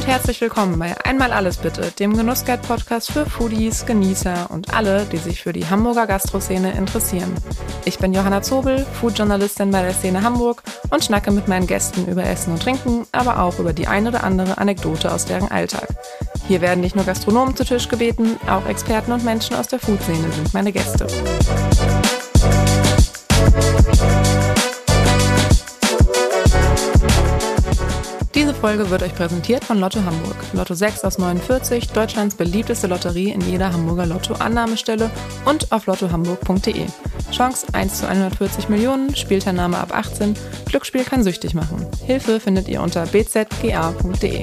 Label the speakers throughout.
Speaker 1: und herzlich willkommen bei Einmal alles bitte, dem Genussguide-Podcast für Foodies, Genießer und alle, die sich für die Hamburger Gastroszene interessieren. Ich bin Johanna Zobel, Foodjournalistin bei der Szene Hamburg und schnacke mit meinen Gästen über Essen und Trinken, aber auch über die ein oder andere Anekdote aus deren Alltag. Hier werden nicht nur Gastronomen zu Tisch gebeten, auch Experten und Menschen aus der Food-Szene sind meine Gäste. Diese Folge wird euch präsentiert von Lotto Hamburg. Lotto 6 aus 49, Deutschlands beliebteste Lotterie in jeder Hamburger Lotto-Annahmestelle und auf lottohamburg.de. Chance 1 zu 140 Millionen, Spielteilnahme ab 18, Glücksspiel kann süchtig machen. Hilfe findet ihr unter bzga.de.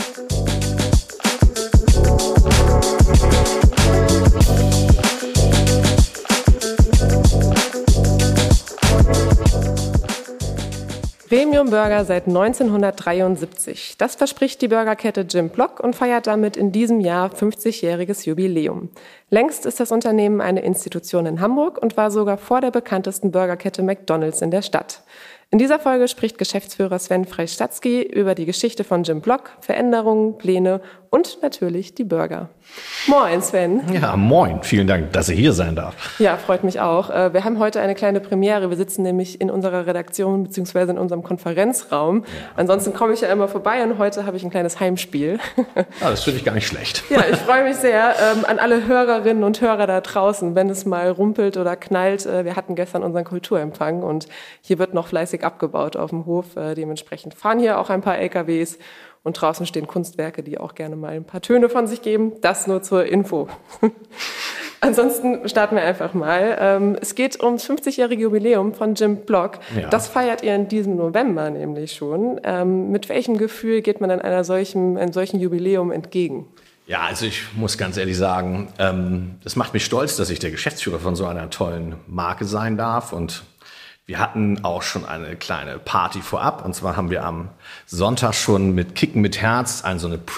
Speaker 1: Premium Burger seit 1973. Das verspricht die Burgerkette Jim Block und feiert damit in diesem Jahr 50-jähriges Jubiläum. Längst ist das Unternehmen eine Institution in Hamburg und war sogar vor der bekanntesten Burgerkette McDonald's in der Stadt. In dieser Folge spricht Geschäftsführer Sven Freistatzky über die Geschichte von Jim Block, Veränderungen, Pläne und natürlich die Burger. Moin, Sven.
Speaker 2: Ja, moin. Vielen Dank, dass ich hier sein darf.
Speaker 1: Ja, freut mich auch. Wir haben heute eine kleine Premiere. Wir sitzen nämlich in unserer Redaktion bzw. in unserem Konferenzraum. Ja. Ansonsten komme ich ja immer vorbei und heute habe ich ein kleines Heimspiel.
Speaker 2: Ja, das finde ich gar nicht schlecht.
Speaker 1: Ja, ich freue mich sehr an alle Hörerinnen und Hörer da draußen, wenn es mal rumpelt oder knallt. Wir hatten gestern unseren Kulturempfang und hier wird noch fleißig abgebaut auf dem Hof. Dementsprechend fahren hier auch ein paar LKWs. Und draußen stehen Kunstwerke, die auch gerne mal ein paar Töne von sich geben. Das nur zur Info. Ansonsten starten wir einfach mal. Es geht ums 50-jährige Jubiläum von Jim Block. Ja. Das feiert ihr in diesem November nämlich schon. Mit welchem Gefühl geht man einem solchen Jubiläum entgegen?
Speaker 2: Ja, also ich muss ganz ehrlich sagen, das macht mich stolz, dass ich der Geschäftsführer von so einer tollen Marke sein darf. Und wir hatten auch schon eine kleine Party vorab. Und zwar haben wir am Sonntag schon mit Kicken mit Herz so eine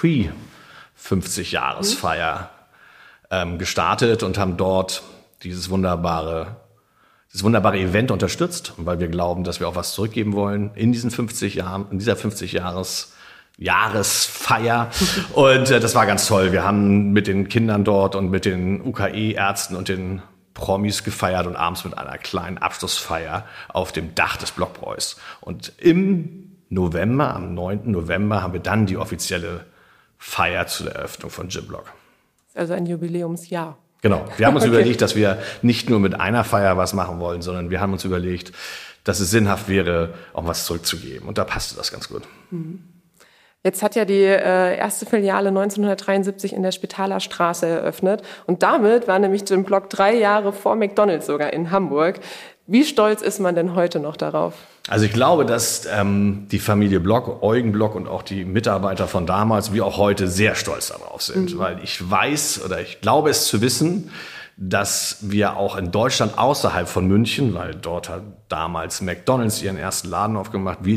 Speaker 2: Pre-50-Jahresfeier gestartet und haben dort dieses wunderbare Event unterstützt, weil wir glauben, dass wir auch was zurückgeben wollen in diesen 50 Jahren, in dieser 50-Jahresfeier. Und das war ganz toll. Wir haben mit den Kindern dort und mit den UKE-Ärzten und den Promis gefeiert und abends mit einer kleinen Abschlussfeier auf dem Dach des Blockbräus. Und im November, am 9. November, haben wir dann die offizielle Feier zu der Eröffnung von Jim Block.
Speaker 1: Also ein Jubiläumsjahr.
Speaker 2: Genau. Wir haben uns überlegt, dass wir nicht nur mit einer Feier was machen wollen, sondern wir haben uns überlegt, dass es sinnhaft wäre, auch was zurückzugeben. Und da passte das ganz gut.
Speaker 1: Mhm. Jetzt hat ja die erste Filiale 1973 in der Spitaler Straße eröffnet. Und damit war nämlich Jim Block 3 Jahre vor McDonald's sogar in Hamburg. Wie stolz ist man denn heute noch darauf?
Speaker 2: Also ich glaube, dass die Familie Block, Eugen Block und auch die Mitarbeiter von damals, wie auch heute, sehr stolz darauf sind. Weil ich weiß oder ich glaube es zu wissen, dass wir auch in Deutschland außerhalb von München, weil dort hat damals McDonald's ihren ersten Laden aufgemacht, wir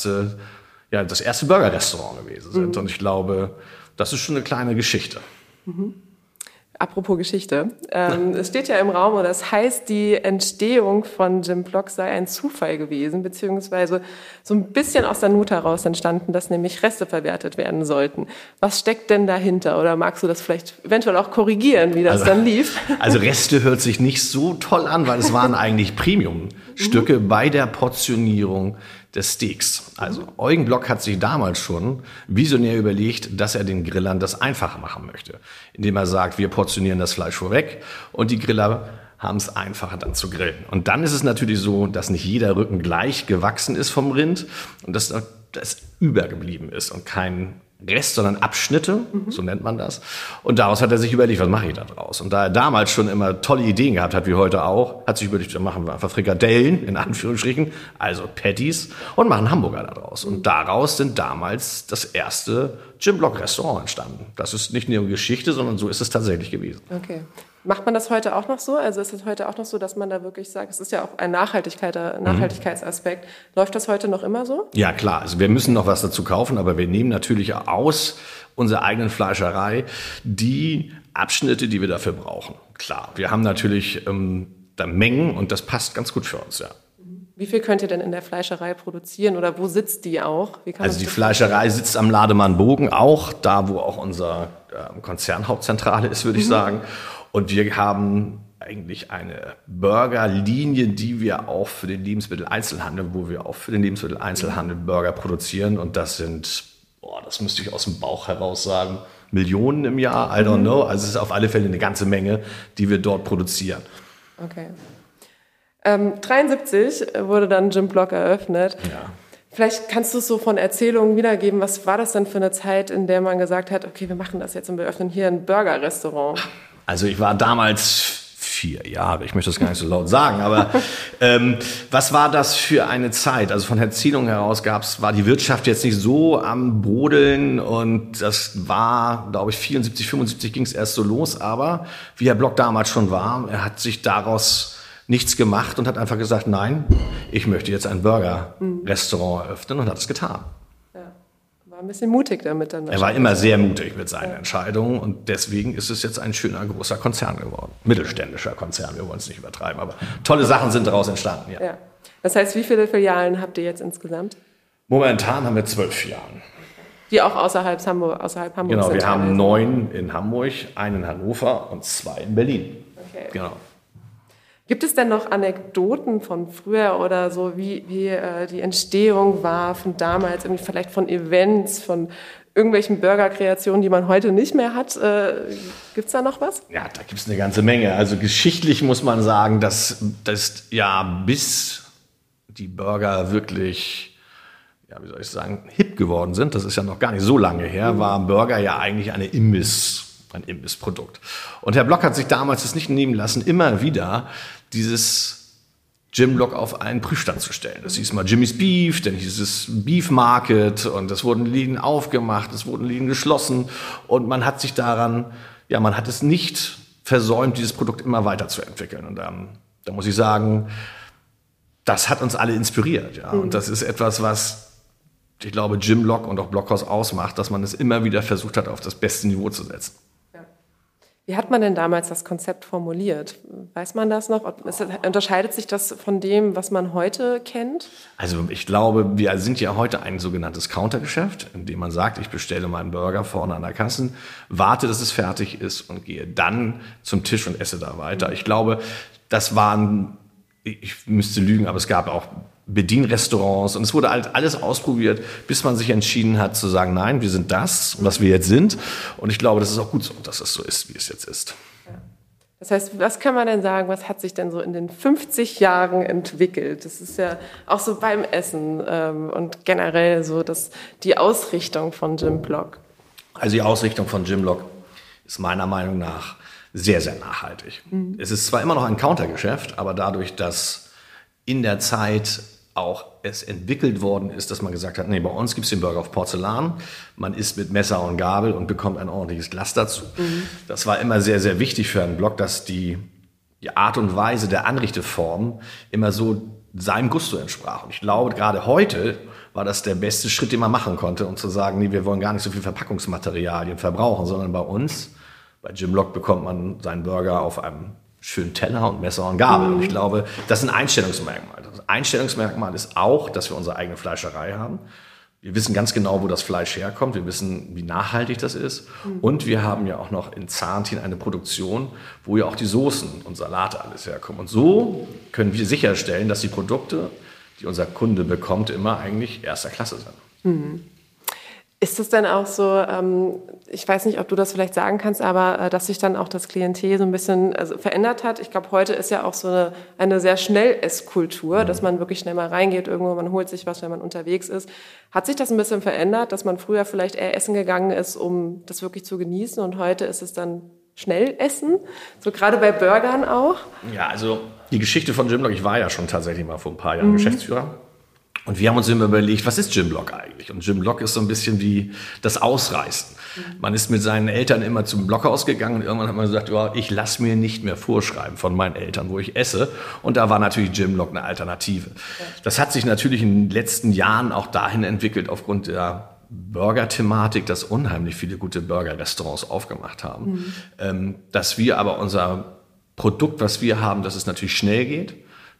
Speaker 2: das erste Burger-Restaurant gewesen sind. Und ich glaube, das ist schon eine kleine Geschichte.
Speaker 1: Mhm. Apropos Geschichte. Es steht ja im Raum, oder es heißt, die Entstehung von Jim Block sei ein Zufall gewesen, beziehungsweise so ein bisschen aus der Not heraus entstanden, dass nämlich Reste verwertet werden sollten. Was steckt denn dahinter? Oder magst du das vielleicht eventuell auch korrigieren, wie das dann lief?
Speaker 2: Also Reste hört sich nicht so toll an, weil es waren eigentlich Premium-Stücke bei der Portionierung des Steaks. Also Eugen Block hat sich damals schon visionär überlegt, dass er den Grillern das einfacher machen möchte, indem er sagt, wir portionieren das Fleisch vorweg und die Griller haben es einfacher dann zu grillen. Und dann ist es natürlich so, dass nicht jeder Rücken gleich gewachsen ist vom Rind und dass das übergeblieben ist und kein Rest, sondern Abschnitte, so nennt man das. Und daraus hat er sich überlegt, was mache ich da draus? Und da er damals schon immer tolle Ideen gehabt hat, wie heute auch, hat sich überlegt, dann machen wir einfach Frikadellen, in Anführungsstrichen, also Patties, und machen Hamburger da draus. Und daraus sind damals das erste Jim Block Restaurant entstanden. Das ist nicht nur Geschichte, sondern so ist es tatsächlich gewesen.
Speaker 1: Okay. Macht man das heute auch noch so? Also ist es heute auch noch so, dass man da wirklich sagt, es ist ja auch ein Nachhaltigkeitsaspekt. Läuft das heute noch immer so?
Speaker 2: Ja, klar. Also wir müssen noch was dazu kaufen, aber wir nehmen natürlich aus unserer eigenen Fleischerei die Abschnitte, die wir dafür brauchen. Klar, wir haben natürlich da Mengen und das passt ganz gut für uns, ja.
Speaker 1: Wie viel könnt ihr denn in der Fleischerei produzieren oder wo sitzt die auch?
Speaker 2: Also die Fleischerei sitzt am Lademann-Bogen auch, da wo auch unser Konzernhauptzentrale ist, würde ich sagen. Und wir haben eigentlich eine Burgerlinie, die wir auch für den Lebensmitteleinzelhandel, wo wir auch für den Lebensmitteleinzelhandel Burger produzieren. Und das sind, das müsste ich aus dem Bauch heraus sagen, Millionen im Jahr, I don't know. Also es ist auf alle Fälle eine ganze Menge, die wir dort produzieren.
Speaker 1: Okay. 1973 wurde dann Jim Block eröffnet.
Speaker 2: Ja.
Speaker 1: Vielleicht kannst du es so von Erzählungen wiedergeben. Was war das denn für eine Zeit, in der man gesagt hat, okay, wir machen das jetzt und wir öffnen hier ein Burger-Restaurant?
Speaker 2: Also ich war damals 4 Jahre, ich möchte das gar nicht so laut sagen, aber was war das für eine Zeit? Also von Erzählungen heraus war die Wirtschaft jetzt nicht so am Brodeln und das war, glaube ich, 74, 75 ging es erst so los, aber wie Herr Block damals schon war, er hat sich daraus nichts gemacht und hat einfach gesagt, nein, ich möchte jetzt ein Burger-Restaurant eröffnen und hat es getan.
Speaker 1: War ein bisschen mutig damit dann.
Speaker 2: Er war immer sehr mutig mit seinen Entscheidungen und deswegen ist es jetzt ein schöner, großer Konzern geworden. Mittelständischer Konzern, wir wollen es nicht übertreiben, aber tolle Sachen sind daraus entstanden. Ja.
Speaker 1: Das heißt, wie viele Filialen habt ihr jetzt insgesamt?
Speaker 2: Momentan haben wir 12 Filialen.
Speaker 1: Die auch außerhalb Hamburg
Speaker 2: Genau,
Speaker 1: sind.
Speaker 2: Wir haben 9 in Hamburg, 1 in Hannover und 2 in Berlin.
Speaker 1: Okay.
Speaker 2: Genau.
Speaker 1: Gibt es denn noch Anekdoten von früher oder so, wie die Entstehung war von damals, irgendwie vielleicht von Events, von irgendwelchen Burgerkreationen, die man heute nicht mehr hat? Gibt es da noch was?
Speaker 2: Ja, da gibt es eine ganze Menge. Also geschichtlich muss man sagen, dass ja bis die Burger wirklich, ja, wie soll ich sagen, hip geworden sind, das ist ja noch gar nicht so lange her, war Burger ja eigentlich ein Imbissprodukt. Und Herr Block hat sich damals das nicht nehmen lassen, immer wieder dieses Jim Block auf einen Prüfstand zu stellen. Das hieß mal Jimmy's Beef, dann hieß es Beef Market und es wurden Läden aufgemacht, es wurden Läden geschlossen und man hat sich daran, ja, man hat es nicht versäumt, dieses Produkt immer weiterzuentwickeln. Und da muss ich sagen, das hat uns alle inspiriert. Ja. Und das ist etwas, was ich glaube, Jim Block und auch Blockhaus ausmacht, dass man es immer wieder versucht hat, auf das beste Niveau zu setzen.
Speaker 1: Wie hat man denn damals das Konzept formuliert? Weiß man das noch? Unterscheidet sich das von dem, was man heute kennt?
Speaker 2: Also ich glaube, wir sind ja heute ein sogenanntes Countergeschäft, in dem man sagt, ich bestelle meinen Burger vorne an der Kasse, warte, dass es fertig ist und gehe dann zum Tisch und esse da weiter. Ich glaube, das waren, ich müsste lügen, aber es gab auch Bedienrestaurants und es wurde halt alles ausprobiert, bis man sich entschieden hat zu sagen, nein, wir sind das, was wir jetzt sind. Und ich glaube, das ist auch gut so, dass es so ist, wie es jetzt ist.
Speaker 1: Das heißt, was kann man denn sagen, was hat sich denn so in den 50 Jahren entwickelt? Das ist ja auch so beim Essen und generell so die Ausrichtung von Jim Block.
Speaker 2: Also die Ausrichtung von Jim Block ist meiner Meinung nach sehr, sehr nachhaltig. Es ist zwar immer noch ein Countergeschäft, aber dadurch, dass in der Zeit auch es entwickelt worden ist, dass man gesagt hat, nee, bei uns gibt es den Burger auf Porzellan, man isst mit Messer und Gabel und bekommt ein ordentliches Glas dazu. Das war immer sehr, sehr wichtig für einen Block, dass die Art und Weise der Anrichteform immer so seinem Gusto entsprach. Und ich glaube, gerade heute war das der beste Schritt, den man machen konnte, um zu sagen, nee, wir wollen gar nicht so viel Verpackungsmaterialien verbrauchen, sondern bei uns, bei Jim Block bekommt man seinen Burger auf einem schönen Teller und Messer und Gabel. Und ich glaube, das ist ein Einstellungsmerkmal. Das Einstellungsmerkmal ist auch, dass wir unsere eigene Fleischerei haben. Wir wissen ganz genau, wo das Fleisch herkommt. Wir wissen, wie nachhaltig das ist. Und wir haben ja auch noch in Zahntin eine Produktion, wo ja auch die Soßen und Salate alles herkommen. Und so können wir sicherstellen, dass die Produkte, die unser Kunde bekommt, immer eigentlich erster Klasse sind.
Speaker 1: Ist es denn auch so, ich weiß nicht, ob du das vielleicht sagen kannst, aber dass sich dann auch das Klientel so ein bisschen verändert hat? Ich glaube, heute ist ja auch so eine sehr Schnellesskultur, dass man wirklich schnell mal reingeht irgendwo, man holt sich was, wenn man unterwegs ist. Hat sich das ein bisschen verändert, dass man früher vielleicht eher essen gegangen ist, um das wirklich zu genießen und heute ist es dann Schnellessen? So gerade bei Burgern auch? Ja,
Speaker 2: also die Geschichte von Jim Block, ich war ja schon tatsächlich mal vor ein paar Jahren Geschäftsführer. Und wir haben uns immer überlegt, was ist Jim Block eigentlich? Und Jim Block ist so ein bisschen wie das Ausreißen. Man ist mit seinen Eltern immer zum Blockhaus gegangen und irgendwann hat man gesagt, ja, ich lasse mir nicht mehr vorschreiben von meinen Eltern, wo ich esse. Und da war natürlich Jim Block eine Alternative. Das hat sich natürlich in den letzten Jahren auch dahin entwickelt, aufgrund der Burger-Thematik, dass unheimlich viele gute Burger-Restaurants aufgemacht haben. Dass wir aber unser Produkt, was wir haben, dass es natürlich schnell geht,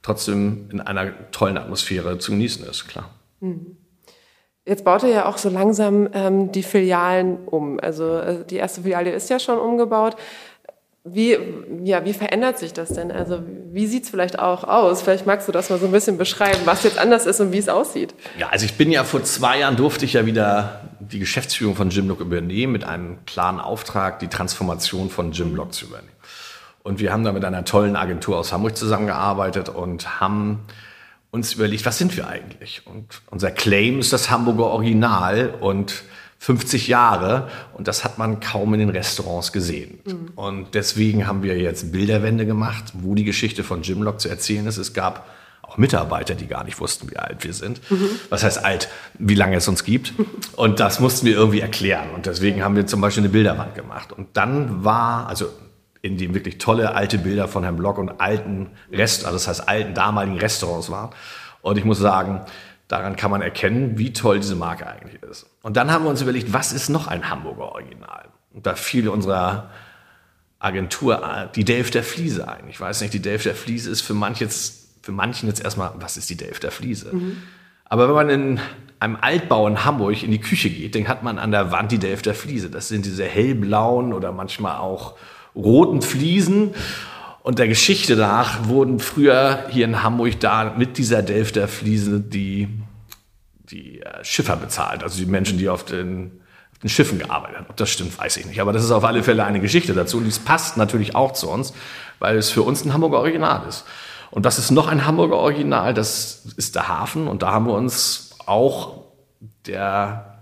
Speaker 2: trotzdem in einer tollen Atmosphäre zu genießen ist, klar.
Speaker 1: Jetzt baut ihr ja auch so langsam die Filialen um. Also die erste Filiale ist ja schon umgebaut. Wie verändert sich das denn? Also wie sieht es vielleicht auch aus? Vielleicht magst du das mal so ein bisschen beschreiben, was jetzt anders ist und wie es aussieht.
Speaker 2: Ja, also ich bin ja vor 2 Jahren durfte ich ja wieder die Geschäftsführung von Gymlock übernehmen mit einem klaren Auftrag, die Transformation von Gymlock zu übernehmen. Und wir haben da mit einer tollen Agentur aus Hamburg zusammengearbeitet und haben uns überlegt, was sind wir eigentlich? Und unser Claim ist das Hamburger Original und 50 Jahre und das hat man kaum in den Restaurants gesehen. Und deswegen haben wir jetzt Bilderwände gemacht, wo die Geschichte von Gymlock zu erzählen ist. Es gab auch Mitarbeiter, die gar nicht wussten, wie alt wir sind. Was heißt alt? Wie lange es uns gibt. Und das mussten wir irgendwie erklären. Und deswegen haben wir zum Beispiel eine Bilderwand gemacht. Und dann war, also in dem wirklich tolle alte Bilder von Herrn Block und alten alten damaligen Restaurants waren. Und ich muss sagen, daran kann man erkennen, wie toll diese Marke eigentlich ist. Und dann haben wir uns überlegt, was ist noch ein Hamburger Original? Und da fiel unserer Agentur die Delfter Fliese ein. Ich weiß nicht, die Delfter Fliese ist für manchen jetzt erstmal, was ist die Delfter Fliese? Aber wenn man in einem Altbau in Hamburg in die Küche geht, dann hat man an der Wand die Delfter Fliese. Das sind diese hellblauen oder manchmal auch roten Fliesen. Und der Geschichte nach wurden früher hier in Hamburg da mit dieser Delfter Fliese die Schiffer bezahlt. Also die Menschen, die auf den Schiffen gearbeitet haben. Ob das stimmt, weiß ich nicht. Aber das ist auf alle Fälle eine Geschichte dazu. Und dies passt natürlich auch zu uns, weil es für uns ein Hamburger Original ist. Und was ist noch ein Hamburger Original? Das ist der Hafen. Und da haben wir uns auch der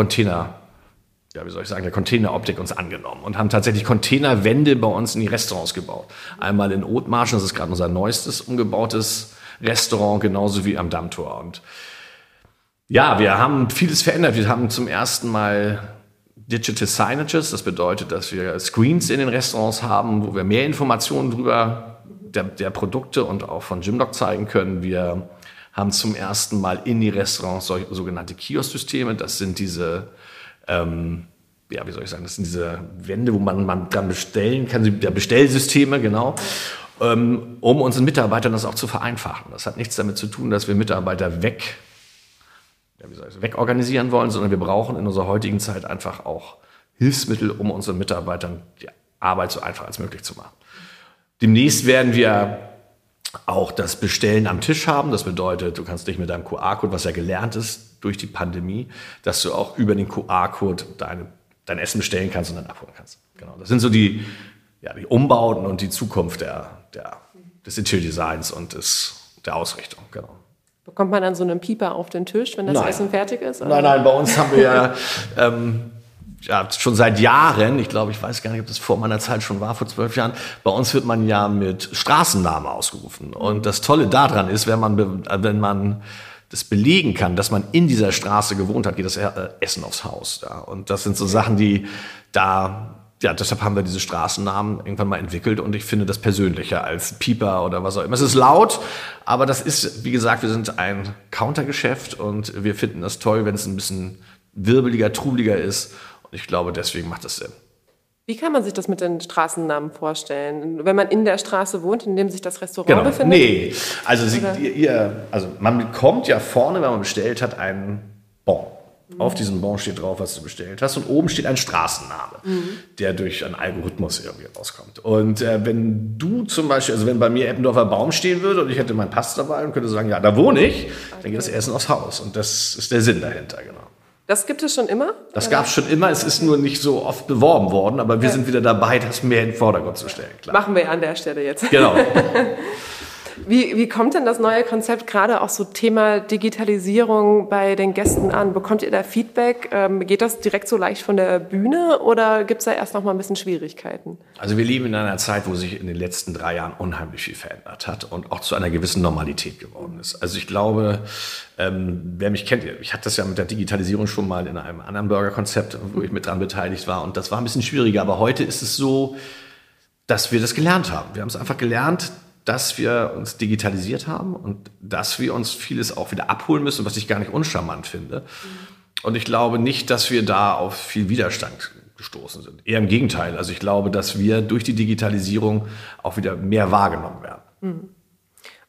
Speaker 2: Containeroptik uns angenommen und haben tatsächlich Containerwände bei uns in die Restaurants gebaut. Einmal in Othmarschen, das ist gerade unser neuestes umgebautes Restaurant, genauso wie am Dammtor. Und ja, wir haben vieles verändert. Wir haben zum ersten Mal Digital Signages, das bedeutet, dass wir Screens in den Restaurants haben, wo wir mehr Informationen drüber der Produkte und auch von Gymlock zeigen können. Wir haben zum ersten Mal in die Restaurants sogenannte Kiosk-Systeme. Das sind diese das sind diese Wände, wo man dran bestellen kann, der Bestellsysteme, genau, um unseren Mitarbeitern das auch zu vereinfachen. Das hat nichts damit zu tun, dass wir Mitarbeiter wegorganisieren wollen, sondern wir brauchen in unserer heutigen Zeit einfach auch Hilfsmittel, um unseren Mitarbeitern die Arbeit so einfach als möglich zu machen. Demnächst werden wir auch das Bestellen am Tisch haben. Das bedeutet, du kannst dich mit deinem QR-Code, was ja gelernt ist durch die Pandemie, dass du auch über den QR-Code dein Essen bestellen kannst und dann abholen kannst. Genau. Das sind so die Umbauten und die Zukunft des Interior Designs und der Ausrichtung. Genau.
Speaker 1: Bekommt man dann so einen Pieper auf den Tisch, wenn das Essen fertig ist? Oder?
Speaker 2: Nein, bei uns haben wir schon seit Jahren, ich weiß gar nicht, ob das vor meiner Zeit schon war, vor 12 Jahren, bei uns wird man ja mit Straßennamen ausgerufen. Und das Tolle daran ist, wenn man das belegen kann, dass man in dieser Straße gewohnt hat, geht das Essen aufs Haus. Ja. Und das sind so Sachen, deshalb haben wir diese Straßennamen irgendwann mal entwickelt und ich finde das persönlicher als Pieper oder was auch immer. Es ist laut, aber das ist, wie gesagt, wir sind ein Countergeschäft und wir finden das toll, wenn es ein bisschen wirbeliger, trubeliger ist. Und ich glaube, deswegen macht das Sinn.
Speaker 1: Wie kann man sich das mit den Straßennamen vorstellen? Wenn man in der Straße wohnt, in dem sich das Restaurant befindet?
Speaker 2: Nee, also man bekommt ja vorne, wenn man bestellt hat, einen Bon. Auf diesem Bon steht drauf, was du bestellt hast. Und oben steht ein Straßenname, der durch einen Algorithmus irgendwie rauskommt. Und wenn du zum Beispiel, also wenn bei mir Eppendorfer Baum stehen würde und ich hätte meinen Pass dabei und könnte sagen, ja, da wohne ich, dann geht das Essen aufs Haus. Und das ist der Sinn dahinter, genau.
Speaker 1: Das gibt es schon immer?
Speaker 2: Das gab es schon immer. Es ist nur nicht so oft beworben worden, aber wir sind wieder dabei, das mehr in den Vordergrund zu stellen. Klar.
Speaker 1: Machen wir an der Stelle jetzt.
Speaker 2: Genau.
Speaker 1: Wie kommt denn das neue Konzept gerade auch so Thema Digitalisierung bei den Gästen an? Bekommt ihr da Feedback? Geht das direkt so leicht von der Bühne oder gibt es da erst noch mal ein bisschen Schwierigkeiten?
Speaker 2: Also wir leben in einer Zeit, wo sich in den letzten 3 Jahren unheimlich viel verändert hat und auch zu einer gewissen Normalität geworden ist. Also ich glaube, wer mich kennt, ich hatte das ja mit der Digitalisierung schon mal in einem anderen Burgerkonzept, wo ich mit dran beteiligt war und das war ein bisschen schwieriger. Aber heute ist es so, dass wir das gelernt haben. Wir haben es einfach gelernt, dass wir uns digitalisiert haben und dass wir uns vieles auch wieder abholen müssen, was ich gar nicht uncharmant finde. Und ich glaube nicht, dass wir da auf viel Widerstand gestoßen sind. Eher im Gegenteil. Also ich glaube, dass wir durch die Digitalisierung auch wieder mehr wahrgenommen werden.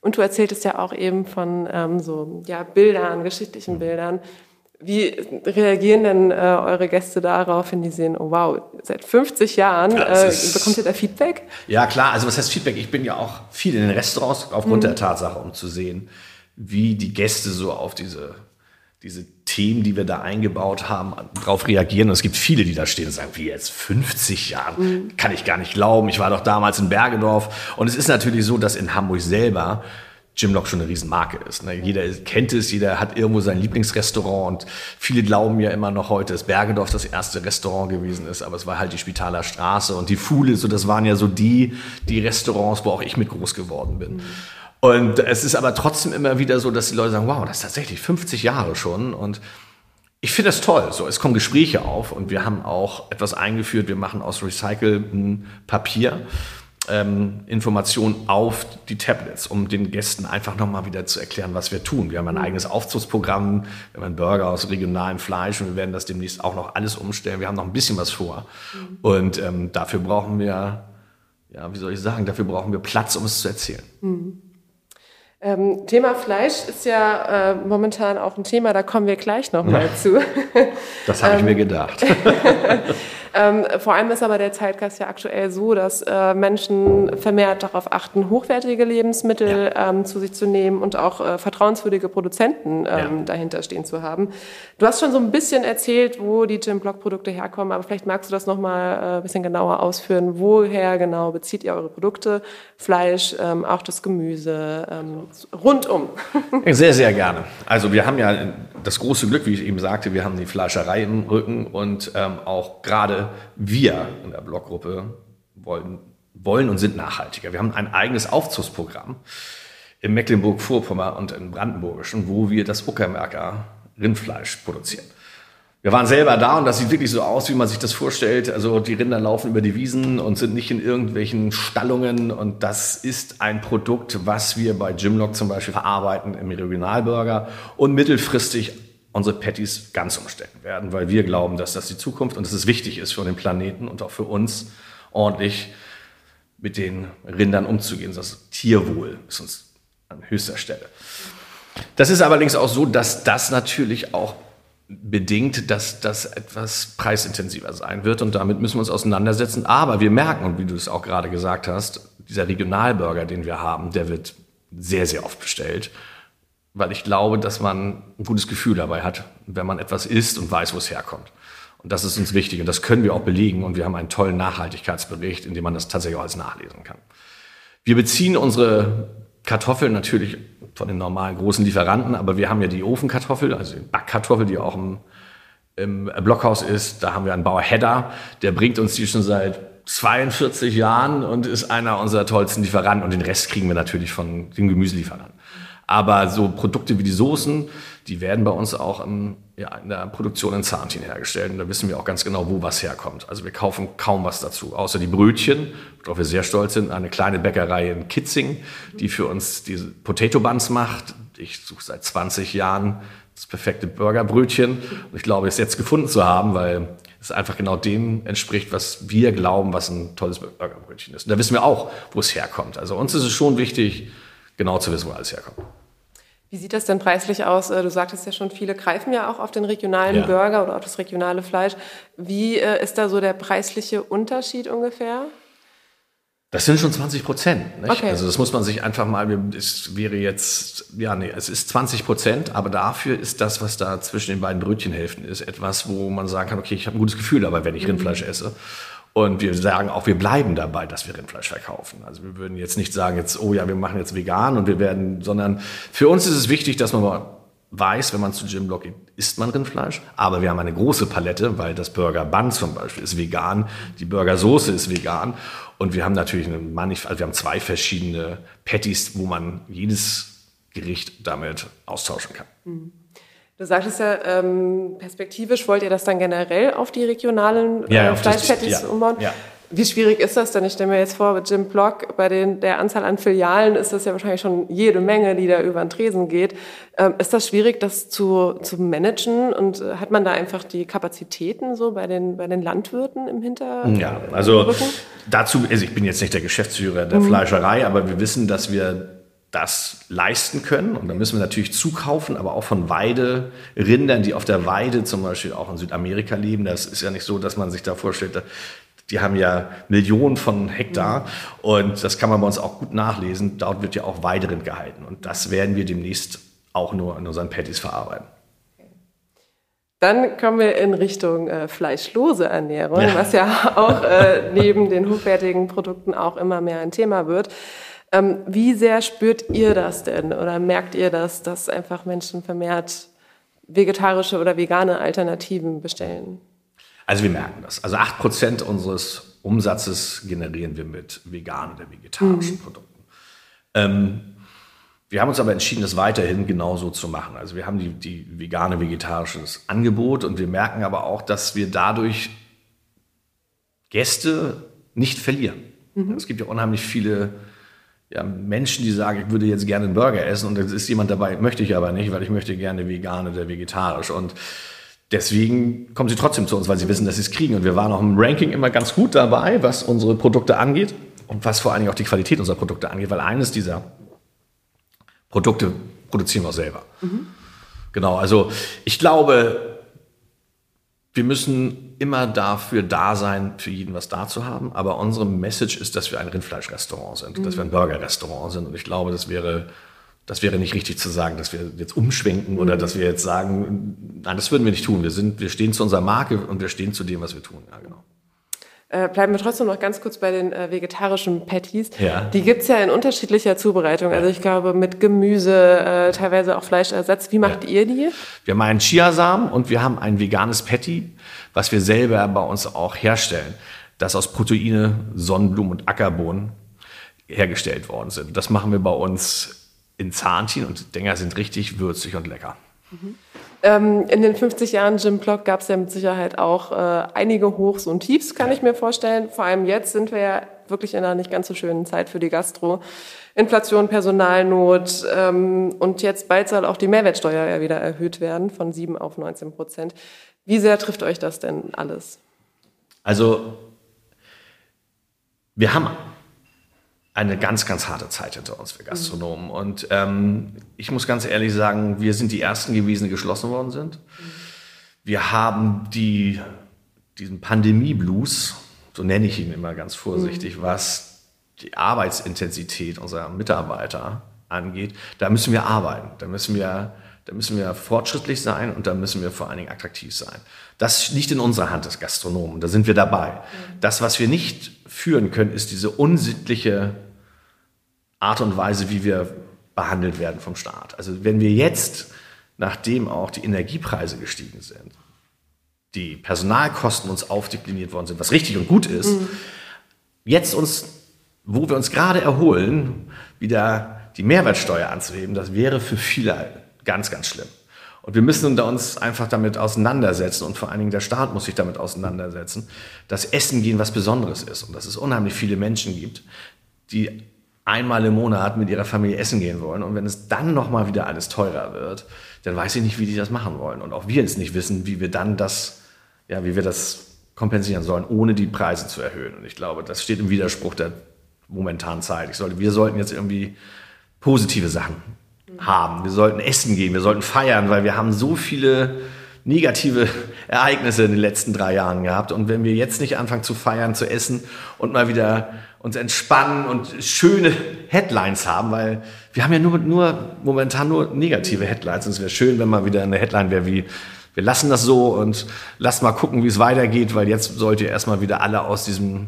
Speaker 1: Und du erzähltest ja auch eben von Bildern, geschichtlichen Bildern. Wie reagieren denn eure Gäste darauf, wenn die sehen, oh wow, seit 50 Jahren bekommt ihr da Feedback?
Speaker 2: Ja klar, also was heißt Feedback? Ich bin ja auch viel in den Restaurants aufgrund der Tatsache, um zu sehen, wie die Gäste so auf diese Themen, die wir da eingebaut haben, darauf reagieren. Und es gibt viele, die da stehen und sagen, wie jetzt 50 Jahre? Kann ich gar nicht glauben. Ich war doch damals in Bergedorf. Und es ist natürlich so, dass in Hamburg selber Jimlock schon eine Riesenmarke ist. Jeder kennt es, jeder hat irgendwo sein Lieblingsrestaurant. Und viele glauben ja immer noch heute, dass Bergedorf das erste Restaurant gewesen ist. Aber es war halt die Spitaler Straße und die Fuhle. So, das waren ja so die Restaurants, wo auch ich mit groß geworden bin. Und es ist aber trotzdem immer wieder so, dass die Leute sagen, wow, das ist tatsächlich 50 Jahre schon. Und ich finde das toll. So, es kommen Gespräche auf und wir haben auch etwas eingeführt. Wir machen aus recyceltem Papier Informationen auf die Tablets, um den Gästen einfach nochmal wieder zu erklären, was wir tun. Wir haben ein eigenes Aufzugsprogramm, wir haben einen Burger aus regionalem Fleisch und wir werden das demnächst auch noch alles umstellen. Wir haben noch ein bisschen was vor. Und dafür brauchen wir, dafür brauchen wir Platz, um es zu erzählen.
Speaker 1: Thema Fleisch ist ja momentan auch ein Thema, da kommen wir gleich noch mal zu.
Speaker 2: Das habe ich mir gedacht.
Speaker 1: Vor allem ist aber der Zeitgeist ja aktuell so, dass Menschen vermehrt darauf achten, hochwertige Lebensmittel zu sich zu nehmen und auch vertrauenswürdige Produzenten dahinter stehen zu haben. Du hast schon so ein bisschen erzählt, wo die Jimblock-Produkte herkommen, aber vielleicht magst du das noch mal ein bisschen genauer ausführen. Woher genau bezieht ihr eure Produkte? Fleisch, auch das Gemüse, rundum.
Speaker 2: Sehr, sehr gerne. Also wir haben ja das große Glück, wie ich eben sagte, wir haben die Fleischerei im Rücken und auch gerade wir in der Blockgruppe wollen und sind nachhaltiger. Wir haben ein eigenes Aufzugsprogramm in Mecklenburg-Vorpommern und im Brandenburgischen, wo wir das Uckermärker Rindfleisch produzieren. Wir waren selber da und das sieht wirklich so aus, wie man sich das vorstellt. Also die Rinder laufen über die Wiesen und sind nicht in irgendwelchen Stallungen. Und das ist ein Produkt, was wir bei Jimlock zum Beispiel verarbeiten im Regionalburger und mittelfristig unsere Patties ganz umstellen werden, weil wir glauben, dass das die Zukunft und dass es wichtig ist für den Planeten und auch für uns, ordentlich mit den Rindern umzugehen. Das Tierwohl ist uns an höchster Stelle. Das ist allerdings auch so, dass das natürlich auch bedingt, dass das etwas preisintensiver sein wird und damit müssen wir uns auseinandersetzen. Aber wir merken, und wie du es auch gerade gesagt hast, dieser Regionalburger, den wir haben, der wird sehr, sehr oft bestellt, weil ich glaube, dass man ein gutes Gefühl dabei hat, wenn man etwas isst und weiß, wo es herkommt. Und das ist uns wichtig und das können wir auch belegen und wir haben einen tollen Nachhaltigkeitsbericht, in dem man das tatsächlich auch alles nachlesen kann. Wir beziehen unsere Kartoffeln natürlich von den normalen großen Lieferanten, aber wir haben ja die Ofenkartoffel, also die Backkartoffel, die auch im Blockhaus ist. Da haben wir einen Bauer Hedda, der bringt uns die schon seit 42 Jahren und ist einer unserer tollsten Lieferanten und den Rest kriegen wir natürlich von den Gemüselieferanten. Aber so Produkte wie die Soßen, die werden bei uns auch in der Produktion in Zahntin hergestellt. Und da wissen wir auch ganz genau, wo was herkommt. Also wir kaufen kaum was dazu, außer die Brötchen, worauf wir sehr stolz sind. Eine kleine Bäckerei in Kitzing, die für uns diese Potato Buns macht. Ich suche seit 20 Jahren das perfekte Burgerbrötchen. Und ich glaube, es jetzt gefunden zu haben, weil es einfach genau dem entspricht, was wir glauben, was ein tolles Burgerbrötchen ist. Und da wissen wir auch, wo es herkommt. Also uns ist es schon wichtig, genau zu wissen, wo alles herkommt.
Speaker 1: Wie sieht das denn preislich aus? Du sagtest ja schon, viele greifen ja auch auf den regionalen Burger oder auf das regionale Fleisch. Wie ist da so der preisliche Unterschied ungefähr?
Speaker 2: Das sind schon 20%. Nicht?
Speaker 1: Okay.
Speaker 2: Also das muss man sich einfach mal, es ist 20%, aber dafür ist das, was da zwischen den beiden Brötchenhälften ist, etwas, wo man sagen kann, okay, ich habe ein gutes Gefühl dabei, wenn ich Rindfleisch esse. Und wir sagen auch, wir bleiben dabei, dass wir Rindfleisch verkaufen. Also wir würden jetzt nicht sagen, wir machen jetzt vegan sondern für uns ist es wichtig, dass man mal weiß, wenn man zu Jimlock geht, isst man Rindfleisch. Aber wir haben eine große Palette, weil das Burger Bun zum Beispiel ist vegan, die Burgersoße ist vegan. Und wir haben natürlich wir haben 2 verschiedene Patties, wo man jedes Gericht damit austauschen kann.
Speaker 1: Du sagtest ja, perspektivisch wollt ihr das dann generell auf die regionalen Fleischpatties umbauen? Ja. Wie schwierig ist das denn? Ich stelle mir jetzt vor, mit Jimblock, bei der Anzahl an Filialen ist das ja wahrscheinlich schon jede Menge, die da über den Tresen geht. Ist das schwierig, das zu managen? Und hat man da einfach die Kapazitäten so bei den Landwirten im Hintergrund?
Speaker 2: Ja, also dazu, ich bin jetzt nicht der Geschäftsführer der Fleischerei, aber wir wissen, dass wir das leisten können. Und dann müssen wir natürlich zukaufen, aber auch von Weiderindern, die auf der Weide zum Beispiel auch in Südamerika leben. Das ist ja nicht so, dass man sich da vorstellt, die haben ja Millionen von Hektar und das kann man bei uns auch gut nachlesen. Dort wird ja auch Weiderind gehalten und das werden wir demnächst auch nur in unseren Patties verarbeiten.
Speaker 1: Dann kommen wir in Richtung fleischlose Ernährung, was ja auch neben den hochwertigen Produkten auch immer mehr ein Thema wird. Wie sehr spürt ihr das denn oder merkt ihr das, dass einfach Menschen vermehrt vegetarische oder vegane Alternativen bestellen?
Speaker 2: Also wir merken das. Also 8% unseres Umsatzes generieren wir mit veganen oder vegetarischen Produkten. Wir haben uns aber entschieden, das weiterhin genauso zu machen. Also wir haben die vegane, vegetarische Angebot und wir merken aber auch, dass wir dadurch Gäste nicht verlieren. Es gibt ja unheimlich viele Menschen, die sagen, ich würde jetzt gerne einen Burger essen und jetzt ist jemand dabei, möchte ich aber nicht, weil ich möchte gerne vegan oder vegetarisch und deswegen kommen sie trotzdem zu uns, weil sie wissen, dass sie es kriegen und wir waren auch im Ranking immer ganz gut dabei, was unsere Produkte angeht und was vor allen Dingen auch die Qualität unserer Produkte angeht, weil eines dieser Produkte produzieren wir auch selber. Genau, also ich glaube, wir müssen immer dafür da sein, für jeden was da zu haben. Aber unsere Message ist, dass wir ein Rindfleischrestaurant sind, dass wir ein Burgerrestaurant sind. Und ich glaube, das wäre nicht richtig zu sagen, dass wir jetzt umschwenken oder dass wir jetzt sagen, nein, das würden wir nicht tun. Wir stehen zu unserer Marke und wir stehen zu dem, was wir tun. Ja, genau.
Speaker 1: Bleiben wir trotzdem noch ganz kurz bei den vegetarischen Patties.
Speaker 2: Ja.
Speaker 1: Die gibt's ja in unterschiedlicher Zubereitung. Also ich glaube mit Gemüse, teilweise auch Fleischersatz. Wie macht ihr die?
Speaker 2: Wir haben einen Chiasamen und wir haben ein veganes Patty, was wir selber bei uns auch herstellen, das aus Proteine, Sonnenblumen und Ackerbohnen hergestellt worden sind. Das machen wir bei uns in Zahntin und die Dinger sind richtig würzig und lecker.
Speaker 1: In den 50 Jahren Jim Block gab es ja mit Sicherheit auch einige Hochs und Tiefs, kann ich mir vorstellen. Vor allem jetzt sind wir ja wirklich in einer nicht ganz so schönen Zeit für die Gastro. Inflation, Personalnot und jetzt bald soll auch die Mehrwertsteuer ja wieder erhöht werden von 7 auf 19%. Wie sehr trifft euch das denn alles?
Speaker 2: Also wir haben eine ganz, ganz harte Zeit hinter uns für Gastronomen. Und ich muss ganz ehrlich sagen, wir sind die Ersten gewesen, die geschlossen worden sind. Wir haben diesen Pandemie-Blues, so nenne ich ihn immer ganz vorsichtig, was die Arbeitsintensität unserer Mitarbeiter angeht. Da müssen wir arbeiten, da müssen wir fortschrittlich sein und da müssen wir vor allen Dingen attraktiv sein. Das liegt in unserer Hand des Gastronomen, da sind wir dabei. Das, was wir nicht führen können, ist diese unsittliche Art und Weise, wie wir behandelt werden vom Staat. Also wenn wir jetzt, nachdem auch die Energiepreise gestiegen sind, die Personalkosten uns aufdekliniert worden sind, was richtig und gut ist, jetzt wo wir uns gerade erholen, wieder die Mehrwertsteuer anzuheben, das wäre für viele ganz, ganz schlimm. Und wir müssen uns einfach damit auseinandersetzen und vor allen Dingen der Staat muss sich damit auseinandersetzen, dass Essen gehen was Besonderes ist und dass es unheimlich viele Menschen gibt, die einmal im Monat mit ihrer Familie essen gehen wollen und wenn es dann nochmal wieder alles teurer wird, dann weiß ich nicht, wie die das machen wollen und auch wir jetzt nicht wissen, wie wir das kompensieren sollen, ohne die Preise zu erhöhen. Und ich glaube, das steht im Widerspruch der momentanen Zeit. Wir sollten jetzt irgendwie positive Sachen haben. Wir sollten essen gehen, wir sollten feiern, weil wir haben so viele negative Ereignisse in den letzten 3 Jahren gehabt. Und wenn wir jetzt nicht anfangen zu feiern, zu essen und mal wieder uns entspannen und schöne Headlines haben, weil wir haben ja momentan nur negative Headlines. Und es wäre schön, wenn mal wieder eine Headline wäre wie, wir lassen das so und lasst mal gucken, wie es weitergeht, weil jetzt sollt ihr erstmal wieder alle aus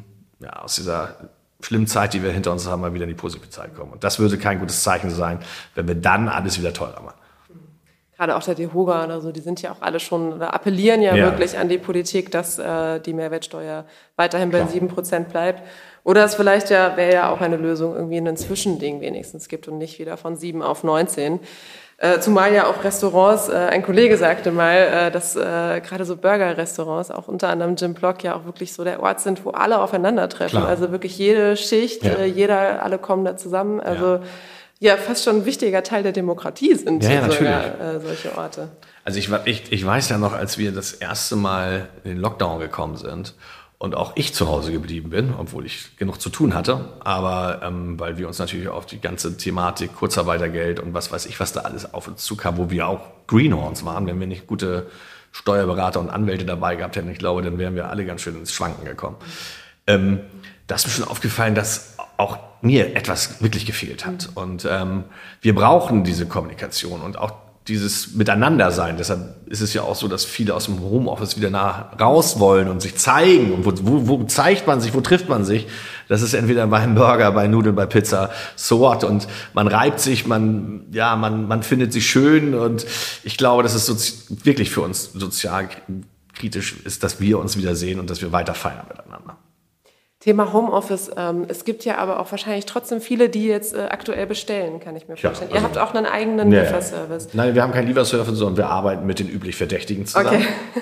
Speaker 2: dieser schlimmen Zeit, die wir hinter uns haben, mal wieder in die positive Zeit kommen. Und das würde kein gutes Zeichen sein, wenn wir dann alles wieder teurer machen.
Speaker 1: Gerade auch der DEHOGA oder so, die sind ja auch alle schon, oder appellieren ja wirklich an die Politik, dass die Mehrwertsteuer weiterhin bei 7% bleibt. Oder es vielleicht wäre ja auch eine Lösung, irgendwie ein Zwischending wenigstens gibt und nicht wieder von 7 auf 19. Zumal ja auch Restaurants, ein Kollege sagte mal, dass gerade so Burger-Restaurants, auch unter anderem Jim Block, ja auch wirklich so der Ort sind, wo alle aufeinandertreffen. Klar. Also wirklich jede Schicht, alle kommen da zusammen. Also fast schon ein wichtiger Teil der Demokratie sind sogar solche Orte.
Speaker 2: Also ich weiß ja noch, als wir das erste Mal in den Lockdown gekommen sind und auch ich zu Hause geblieben bin, obwohl ich genug zu tun hatte. Aber weil wir uns natürlich auf die ganze Thematik Kurzarbeitergeld und was weiß ich, was da alles auf uns zukam, wo wir auch Greenhorns waren, wenn wir nicht gute Steuerberater und Anwälte dabei gehabt hätten, ich glaube, dann wären wir alle ganz schön ins Schwanken gekommen. Da ist mir schon aufgefallen, dass auch mir etwas wirklich gefehlt hat. Und wir brauchen diese Kommunikation und auch dieses Miteinandersein. Deshalb ist es ja auch so, dass viele aus dem Homeoffice wieder raus wollen und sich zeigen. Und wo zeigt man sich, wo trifft man sich? Das ist entweder beim Burger, bei Nudeln, bei Pizza, so what. Und man reibt sich, man findet sich schön. Und ich glaube, dass es wirklich für uns sozial kritisch ist, dass wir uns wieder sehen und dass wir weiter feiern miteinander.
Speaker 1: Thema Homeoffice. Es gibt ja aber auch wahrscheinlich trotzdem viele, die jetzt aktuell bestellen, kann ich mir vorstellen. Ihr habt auch einen eigenen Lieferservice.
Speaker 2: Nein, wir haben keinen Lieferservice, sondern wir arbeiten mit den üblich Verdächtigen zusammen.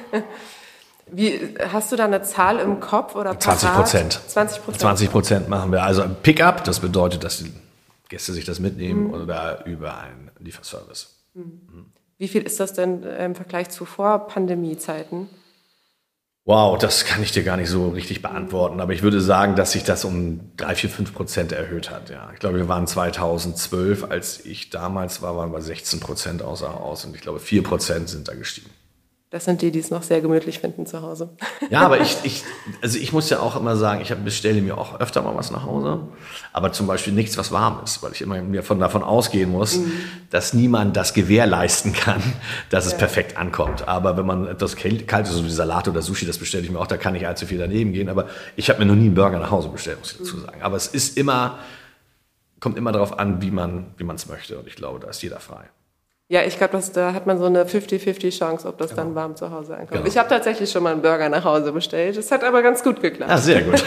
Speaker 1: Okay. Hast du da eine Zahl im Kopf oder
Speaker 2: 20%.
Speaker 1: 20%?
Speaker 2: 20% machen wir. Also ein Pickup, das bedeutet, dass die Gäste sich das mitnehmen oder über einen Lieferservice.
Speaker 1: Wie viel ist das denn im Vergleich zu Vor-Pandemie-Zeiten?
Speaker 2: Wow, das kann ich dir gar nicht so richtig beantworten. Aber ich würde sagen, dass sich das um 3-4-5% erhöht hat. Ja, ich glaube, wir waren 2012, als ich damals war, waren wir 16% außer Haus. Und ich glaube, 4% sind da gestiegen.
Speaker 1: Das sind die es noch sehr gemütlich finden zu Hause.
Speaker 2: Ja, aber ich muss ja auch immer sagen, ich bestelle mir auch öfter mal was nach Hause. Aber zum Beispiel nichts, was warm ist, weil ich immer mir davon ausgehen muss, dass niemand das gewährleisten kann, dass es perfekt ankommt. Aber wenn man etwas Kaltes, so wie Salat oder Sushi, das bestelle ich mir auch, da kann nicht allzu viel daneben gehen. Aber ich habe mir noch nie einen Burger nach Hause bestellt, muss ich dazu sagen. Aber es ist kommt immer darauf an, wie man es möchte. Und ich glaube, da ist jeder frei.
Speaker 1: Ja, ich glaube, da hat man so eine 50-50 Chance, ob das dann warm zu Hause ankommt. Genau. Ich habe tatsächlich schon mal einen Burger nach Hause bestellt. Das hat aber ganz gut geklappt.
Speaker 2: Ja, sehr gut.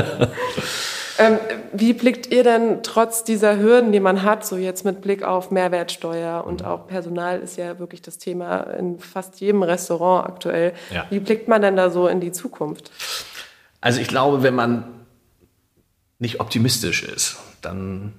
Speaker 1: Wie blickt ihr denn trotz dieser Hürden, die man hat, so jetzt mit Blick auf Mehrwertsteuer und auch Personal ist ja wirklich das Thema in fast jedem Restaurant aktuell. Ja. Wie blickt man denn da so in die Zukunft?
Speaker 2: Also ich glaube, wenn man nicht optimistisch ist, dann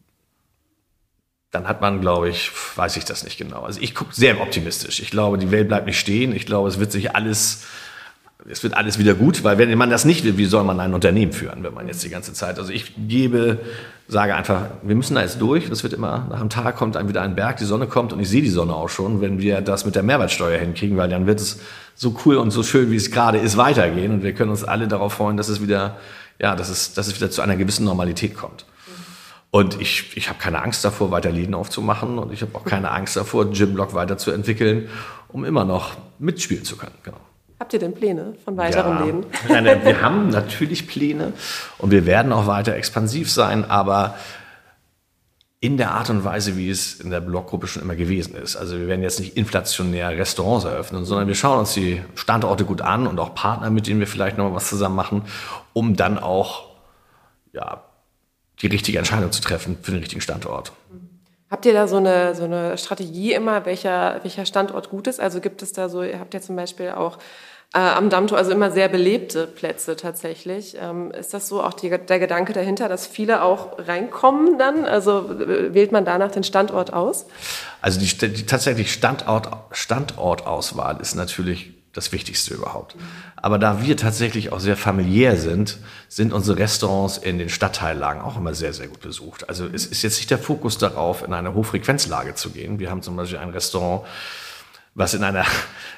Speaker 2: hat man, glaube ich, weiß ich das nicht genau. Also ich gucke sehr optimistisch. Ich glaube, die Welt bleibt nicht stehen. Ich glaube, es wird alles wieder gut, weil wenn man das nicht will, wie soll man ein Unternehmen führen, wenn man jetzt die ganze Zeit, also ich sage einfach, wir müssen da jetzt durch. Das wird immer, nach einem Tag kommt dann wieder ein Berg, die Sonne kommt und ich sehe die Sonne auch schon, wenn wir das mit der Mehrwertsteuer hinkriegen, weil dann wird es so cool und so schön, wie es gerade ist, weitergehen und wir können uns alle darauf freuen, dass es wieder, dass es wieder zu einer gewissen Normalität kommt. Und ich habe keine Angst davor, weiter Läden aufzumachen und ich habe auch keine Angst davor, Gymblock weiterzuentwickeln, um immer noch mitspielen zu können. Genau.
Speaker 1: Habt ihr denn Pläne von weiteren Läden?
Speaker 2: Wir haben natürlich Pläne und wir werden auch weiter expansiv sein, aber in der Art und Weise, wie es in der Blockgruppe schon immer gewesen ist. Also wir werden jetzt nicht inflationär Restaurants eröffnen, sondern wir schauen uns die Standorte gut an und auch Partner, mit denen wir vielleicht noch was zusammen machen, um dann auch die richtige Entscheidung zu treffen für den richtigen Standort.
Speaker 1: Habt ihr da so eine Strategie immer, welcher Standort gut ist? Also gibt es da so, ihr habt ja zum Beispiel auch am Dammtor, also immer sehr belebte Plätze tatsächlich. Ist das so auch der Gedanke dahinter, dass viele auch reinkommen dann? Also wählt man danach den Standort aus?
Speaker 2: Also die tatsächlich Standortauswahl ist natürlich das Wichtigste überhaupt. Aber da wir tatsächlich auch sehr familiär sind unsere Restaurants in den Stadtteillagen auch immer sehr, sehr gut besucht. Also es ist jetzt nicht der Fokus darauf, in eine Hochfrequenzlage zu gehen. Wir haben zum Beispiel ein Restaurant, was in einer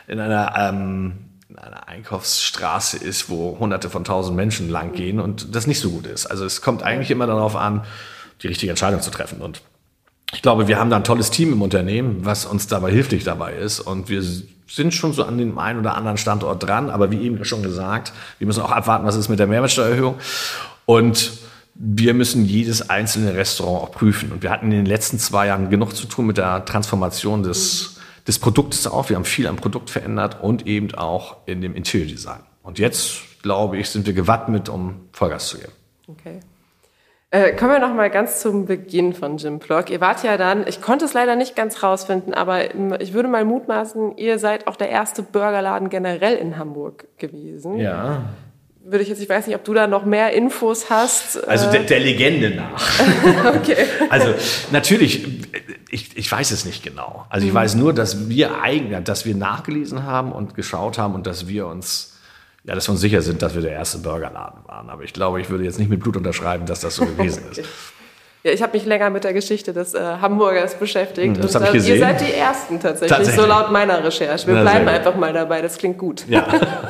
Speaker 2: Einkaufsstraße ist, wo Hunderte von tausend Menschen lang gehen und das nicht so gut ist. Also es kommt eigentlich immer darauf an, die richtige Entscheidung zu treffen. Und ich glaube, wir haben da ein tolles Team im Unternehmen, was uns dabei hilflich dabei ist. Und wir sind schon so an dem einen oder anderen Standort dran. Aber wie eben schon gesagt, wir müssen auch abwarten, was ist mit der Mehrwertsteuererhöhung. Und wir müssen jedes einzelne Restaurant auch prüfen. Und wir hatten in den letzten 2 Jahren genug zu tun mit der Transformation des Produktes auch. Wir haben viel am Produkt verändert und eben auch in dem Interior Design. Und jetzt, glaube ich, sind wir gewappnet, um Vollgas zu geben.
Speaker 1: Okay. Kommen wir noch mal ganz zum Beginn von Gymblock. Ihr wart ja dann, ich konnte es leider nicht ganz rausfinden, aber ich würde mal mutmaßen, ihr seid auch der erste Burgerladen generell in Hamburg gewesen.
Speaker 2: Ja.
Speaker 1: Ich weiß nicht, ob du da noch mehr Infos hast.
Speaker 2: Also der Legende nach.
Speaker 1: Okay.
Speaker 2: Also natürlich, ich weiß es nicht genau. Also ich weiß nur, dass wir nachgelesen haben und geschaut haben und dass wir uns Ja, dass wir uns sicher sind, dass wir der erste Burgerladen waren. Aber ich glaube, ich würde jetzt nicht mit Blut unterschreiben, dass das so gewesen ist.
Speaker 1: Ja, ich habe mich länger mit der Geschichte des Hamburgers beschäftigt.
Speaker 2: Das habe ich gesehen.
Speaker 1: Ihr seid die Ersten tatsächlich, so laut meiner Recherche. Wir bleiben einfach mal dabei, das klingt gut.
Speaker 2: Ja.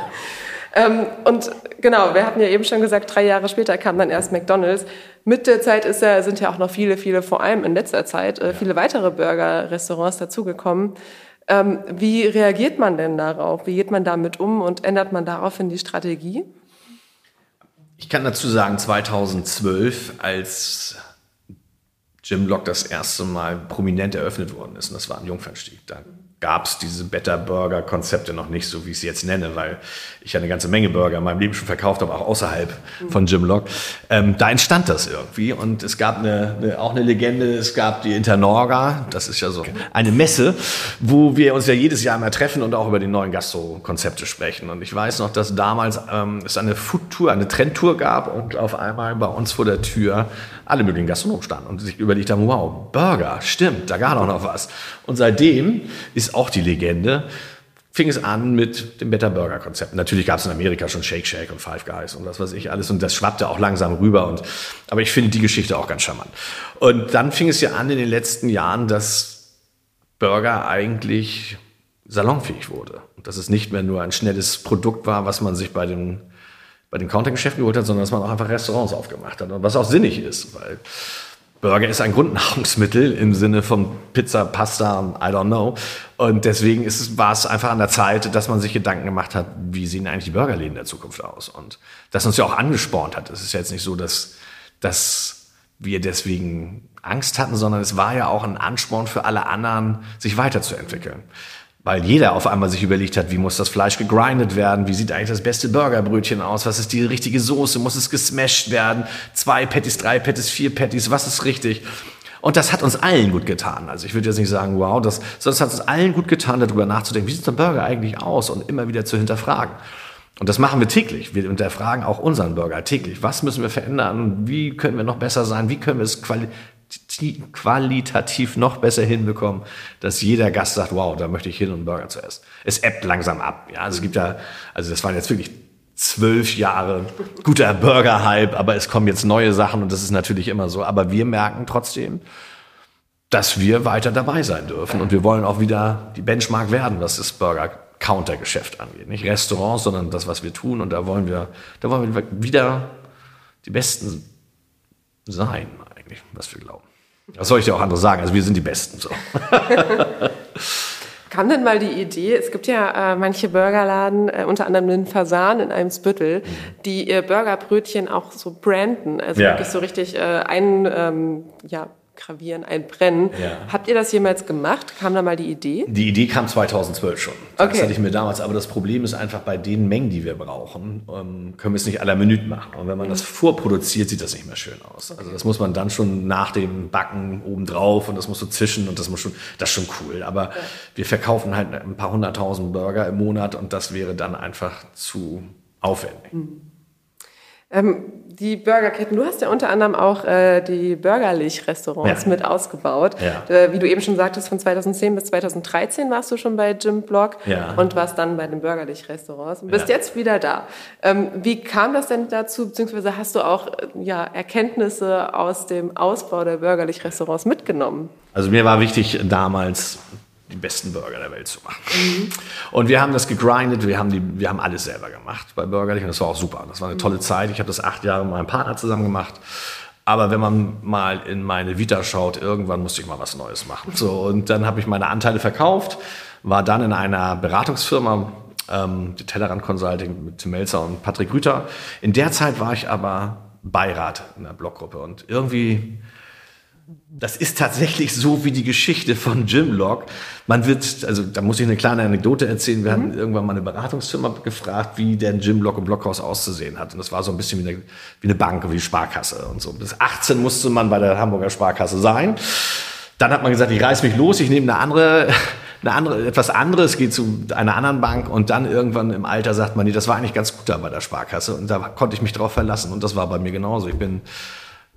Speaker 1: Und genau, wir hatten ja eben schon gesagt, 3 Jahre später kam dann erst McDonald's. Mit der Zeit sind ja auch noch viele, vor allem in letzter Zeit, viele weitere Burger-Restaurants dazugekommen. Wie reagiert man denn darauf? Wie geht man damit um und ändert man daraufhin die Strategie?
Speaker 2: Ich kann dazu sagen, 2012, als Jim Block das erste Mal prominent eröffnet worden ist, und das war am Jungfernstieg, da gab es diese Better Burger Konzepte noch nicht, so wie ich sie jetzt nenne, weil ich ja eine ganze Menge Burger in meinem Leben schon verkauft habe, auch außerhalb von Jim Block. Da entstand das irgendwie und es gab auch eine Legende, es gab die Internorga, das ist ja so eine Messe, wo wir uns ja jedes Jahr mal treffen und auch über die neuen Gastro-Konzepte sprechen. Und ich weiß noch, dass damals es eine Food-Tour, eine Trendtour gab und auf einmal bei uns vor der Tür alle möglichen Gastronomen standen und sich überlegt haben, wow, Burger, stimmt, da gab doch noch was. Und seitdem ist auch die Legende, fing es an mit dem Better Burger Konzept. Natürlich gab es in Amerika schon Shake Shack und Five Guys und was weiß ich alles und das schwappte auch langsam rüber. Aber ich finde die Geschichte auch ganz charmant. Und dann fing es ja an in den letzten Jahren, dass Burger eigentlich salonfähig wurde. Und dass es nicht mehr nur ein schnelles Produkt war, was man sich bei den Countergeschäften geholt hat, sondern dass man auch einfach Restaurants aufgemacht hat. Und was auch sinnig ist, weil Burger ist ein Grundnahrungsmittel im Sinne von Pizza, Pasta, I don't know. Und deswegen war es einfach an der Zeit, dass man sich Gedanken gemacht hat, wie sehen eigentlich die Burgerläden der Zukunft aus? Und das uns ja auch angespornt hat. Es ist ja jetzt nicht so, dass wir deswegen Angst hatten, sondern es war ja auch ein Ansporn für alle anderen, sich weiterzuentwickeln. Weil jeder auf einmal sich überlegt hat, wie muss das Fleisch gegrindet werden, wie sieht eigentlich das beste Burgerbrötchen aus, was ist die richtige Soße, muss es gesmashed werden, 2 Patties, 3 Patties, 4 Patties, was ist richtig? Und das hat uns allen gut getan. Also ich würde jetzt nicht sagen, wow, sondern es hat uns allen gut getan, darüber nachzudenken, wie sieht ein Burger eigentlich aus und immer wieder zu hinterfragen. Und das machen wir täglich. Wir hinterfragen auch unseren Burger täglich. Was müssen wir verändern? Wie können wir noch besser sein? Wie können wir es qualitativ noch besser hinbekommen, dass jeder Gast sagt, wow, da möchte ich hin und einen Burger zu essen. Es ebbt langsam ab. Ja, also das waren jetzt wirklich 12 Jahre guter Burger-Hype, aber es kommen jetzt neue Sachen und das ist natürlich immer so. Aber wir merken trotzdem, dass wir weiter dabei sein dürfen und wir wollen auch wieder die Benchmark werden, was das Burger-Counter-Geschäft angeht. Nicht Restaurants, sondern das, was wir tun und da wollen wir wieder die Besten sein, eigentlich, was wir glauben. Was soll ich dir auch anderes sagen? Also wir sind die Besten. So.
Speaker 1: Kam denn mal die Idee, es gibt ja manche Burgerladen, unter anderem den Fasan in Eimsbüttel, die ihr Burgerbrötchen auch so branden, also wirklich so richtig gravieren, einbrennen. Ja. Habt ihr das jemals gemacht? Kam da mal die Idee?
Speaker 2: Die Idee kam 2012 schon. Das hatte ich mir damals. Aber das Problem ist einfach, bei den Mengen, die wir brauchen, können wir es nicht à la Minute machen. Und wenn man das vorproduziert, sieht das nicht mehr schön aus. Also das muss man dann schon nach dem Backen obendrauf und das muss so zischen und das ist schon cool. Aber wir verkaufen halt ein paar 100.000 Burger im Monat und das wäre dann einfach zu aufwendig.
Speaker 1: Die Burgerketten, du hast ja unter anderem auch die Bürgerlich-Restaurants mit ausgebaut. Ja. Wie du eben schon sagtest, von 2010 bis 2013 warst du schon bei Jim Block und warst dann bei den Bürgerlich-Restaurants und bist jetzt wieder da. Wie kam das denn dazu, beziehungsweise hast du auch Erkenntnisse aus dem Ausbau der Bürgerlich-Restaurants mitgenommen?
Speaker 2: Also mir war wichtig, damals die besten Burger der Welt zu machen. Und wir haben das gegrindet, wir haben alles selber gemacht bei Bürgerlich und das war auch super. Das war eine tolle Zeit. Ich habe das 8 Jahre mit meinem Partner zusammen gemacht. Aber wenn man mal in meine Vita schaut, irgendwann musste ich mal was Neues machen. So, und dann habe ich meine Anteile verkauft, war dann in einer Beratungsfirma, die Tellerrand Consulting mit Tim Melzer und Patrick Rüther. In der Zeit war ich aber Beirat in der Blockgruppe und irgendwie... Das ist tatsächlich so wie die Geschichte von Jim Block. Da muss ich eine kleine Anekdote erzählen. Wir hatten irgendwann mal eine Beratungsfirma gefragt, wie denn Jim Block im Blockhaus auszusehen hat. Und das war so ein bisschen wie eine Bank, wie eine Sparkasse und so. Bis 18 musste man bei der Hamburger Sparkasse sein. Dann hat man gesagt, ich reiß mich los, ich nehme etwas anderes, gehe zu einer anderen Bank und dann irgendwann im Alter sagt man, nee, das war eigentlich ganz gut da bei der Sparkasse und da konnte ich mich drauf verlassen und das war bei mir genauso. Ich bin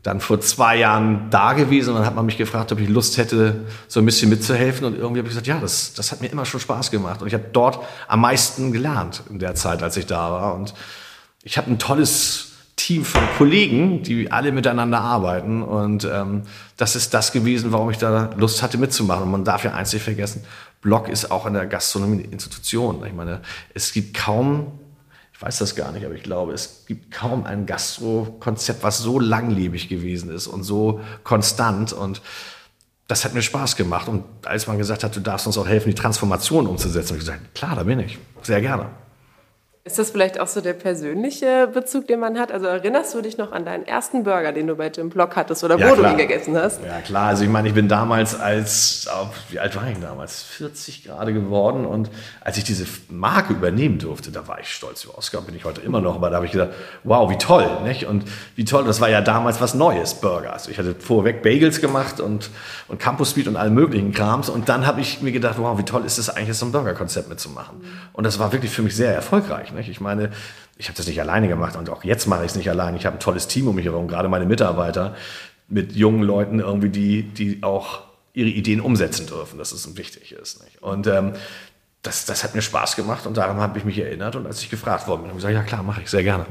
Speaker 2: dann vor 2 Jahren da gewesen und dann hat man mich gefragt, ob ich Lust hätte, so ein bisschen mitzuhelfen. Und irgendwie habe ich gesagt, ja, das hat mir immer schon Spaß gemacht. Und ich habe dort am meisten gelernt in der Zeit, als ich da war. Und ich habe ein tolles Team von Kollegen, die alle miteinander arbeiten. Und das ist das gewesen, warum ich da Lust hatte mitzumachen. Und man darf ja eins nicht vergessen, Block ist auch in der Gastronomie eine Institution. Ich meine, es gibt kaum... Ich weiß das gar nicht, aber ich glaube, es gibt kaum ein Gastro-Konzept, was so langlebig gewesen ist und so konstant. Und das hat mir Spaß gemacht. Und als man gesagt hat, du darfst uns auch helfen, die Transformation umzusetzen, habe ich gesagt, klar, da bin ich. Sehr gerne.
Speaker 1: Ist das vielleicht auch so der persönliche Bezug, den man hat? Also erinnerst du dich noch an deinen ersten Burger, den du bei Jim Block hattest oder wo du ihn gegessen hast?
Speaker 2: Ja, klar. Also ich meine, ich bin damals wie alt war ich damals? 40 gerade geworden. Und als ich diese Marke übernehmen durfte, da war ich stolz über Oscar, bin ich heute immer noch. Aber da habe ich gedacht, wow, wie toll, nicht? Und wie toll, das war ja damals was Neues, Burger. Also ich hatte vorweg Bagels gemacht und Campus Speed und allen möglichen Krams. Und dann habe ich mir gedacht, wow, wie toll ist es eigentlich, so ein Burger-Konzept mitzumachen. Und das war wirklich für mich sehr erfolgreich. Ich meine, ich habe das nicht alleine gemacht und auch jetzt mache ich es nicht alleine. Ich habe ein tolles Team um mich herum, gerade meine Mitarbeiter mit jungen Leuten irgendwie, die auch ihre Ideen umsetzen dürfen, dass es wichtig ist. Nicht? Und das hat mir Spaß gemacht und daran habe ich mich erinnert. Und als ich gefragt worden bin, habe ich gesagt, ja klar, mache ich sehr gerne.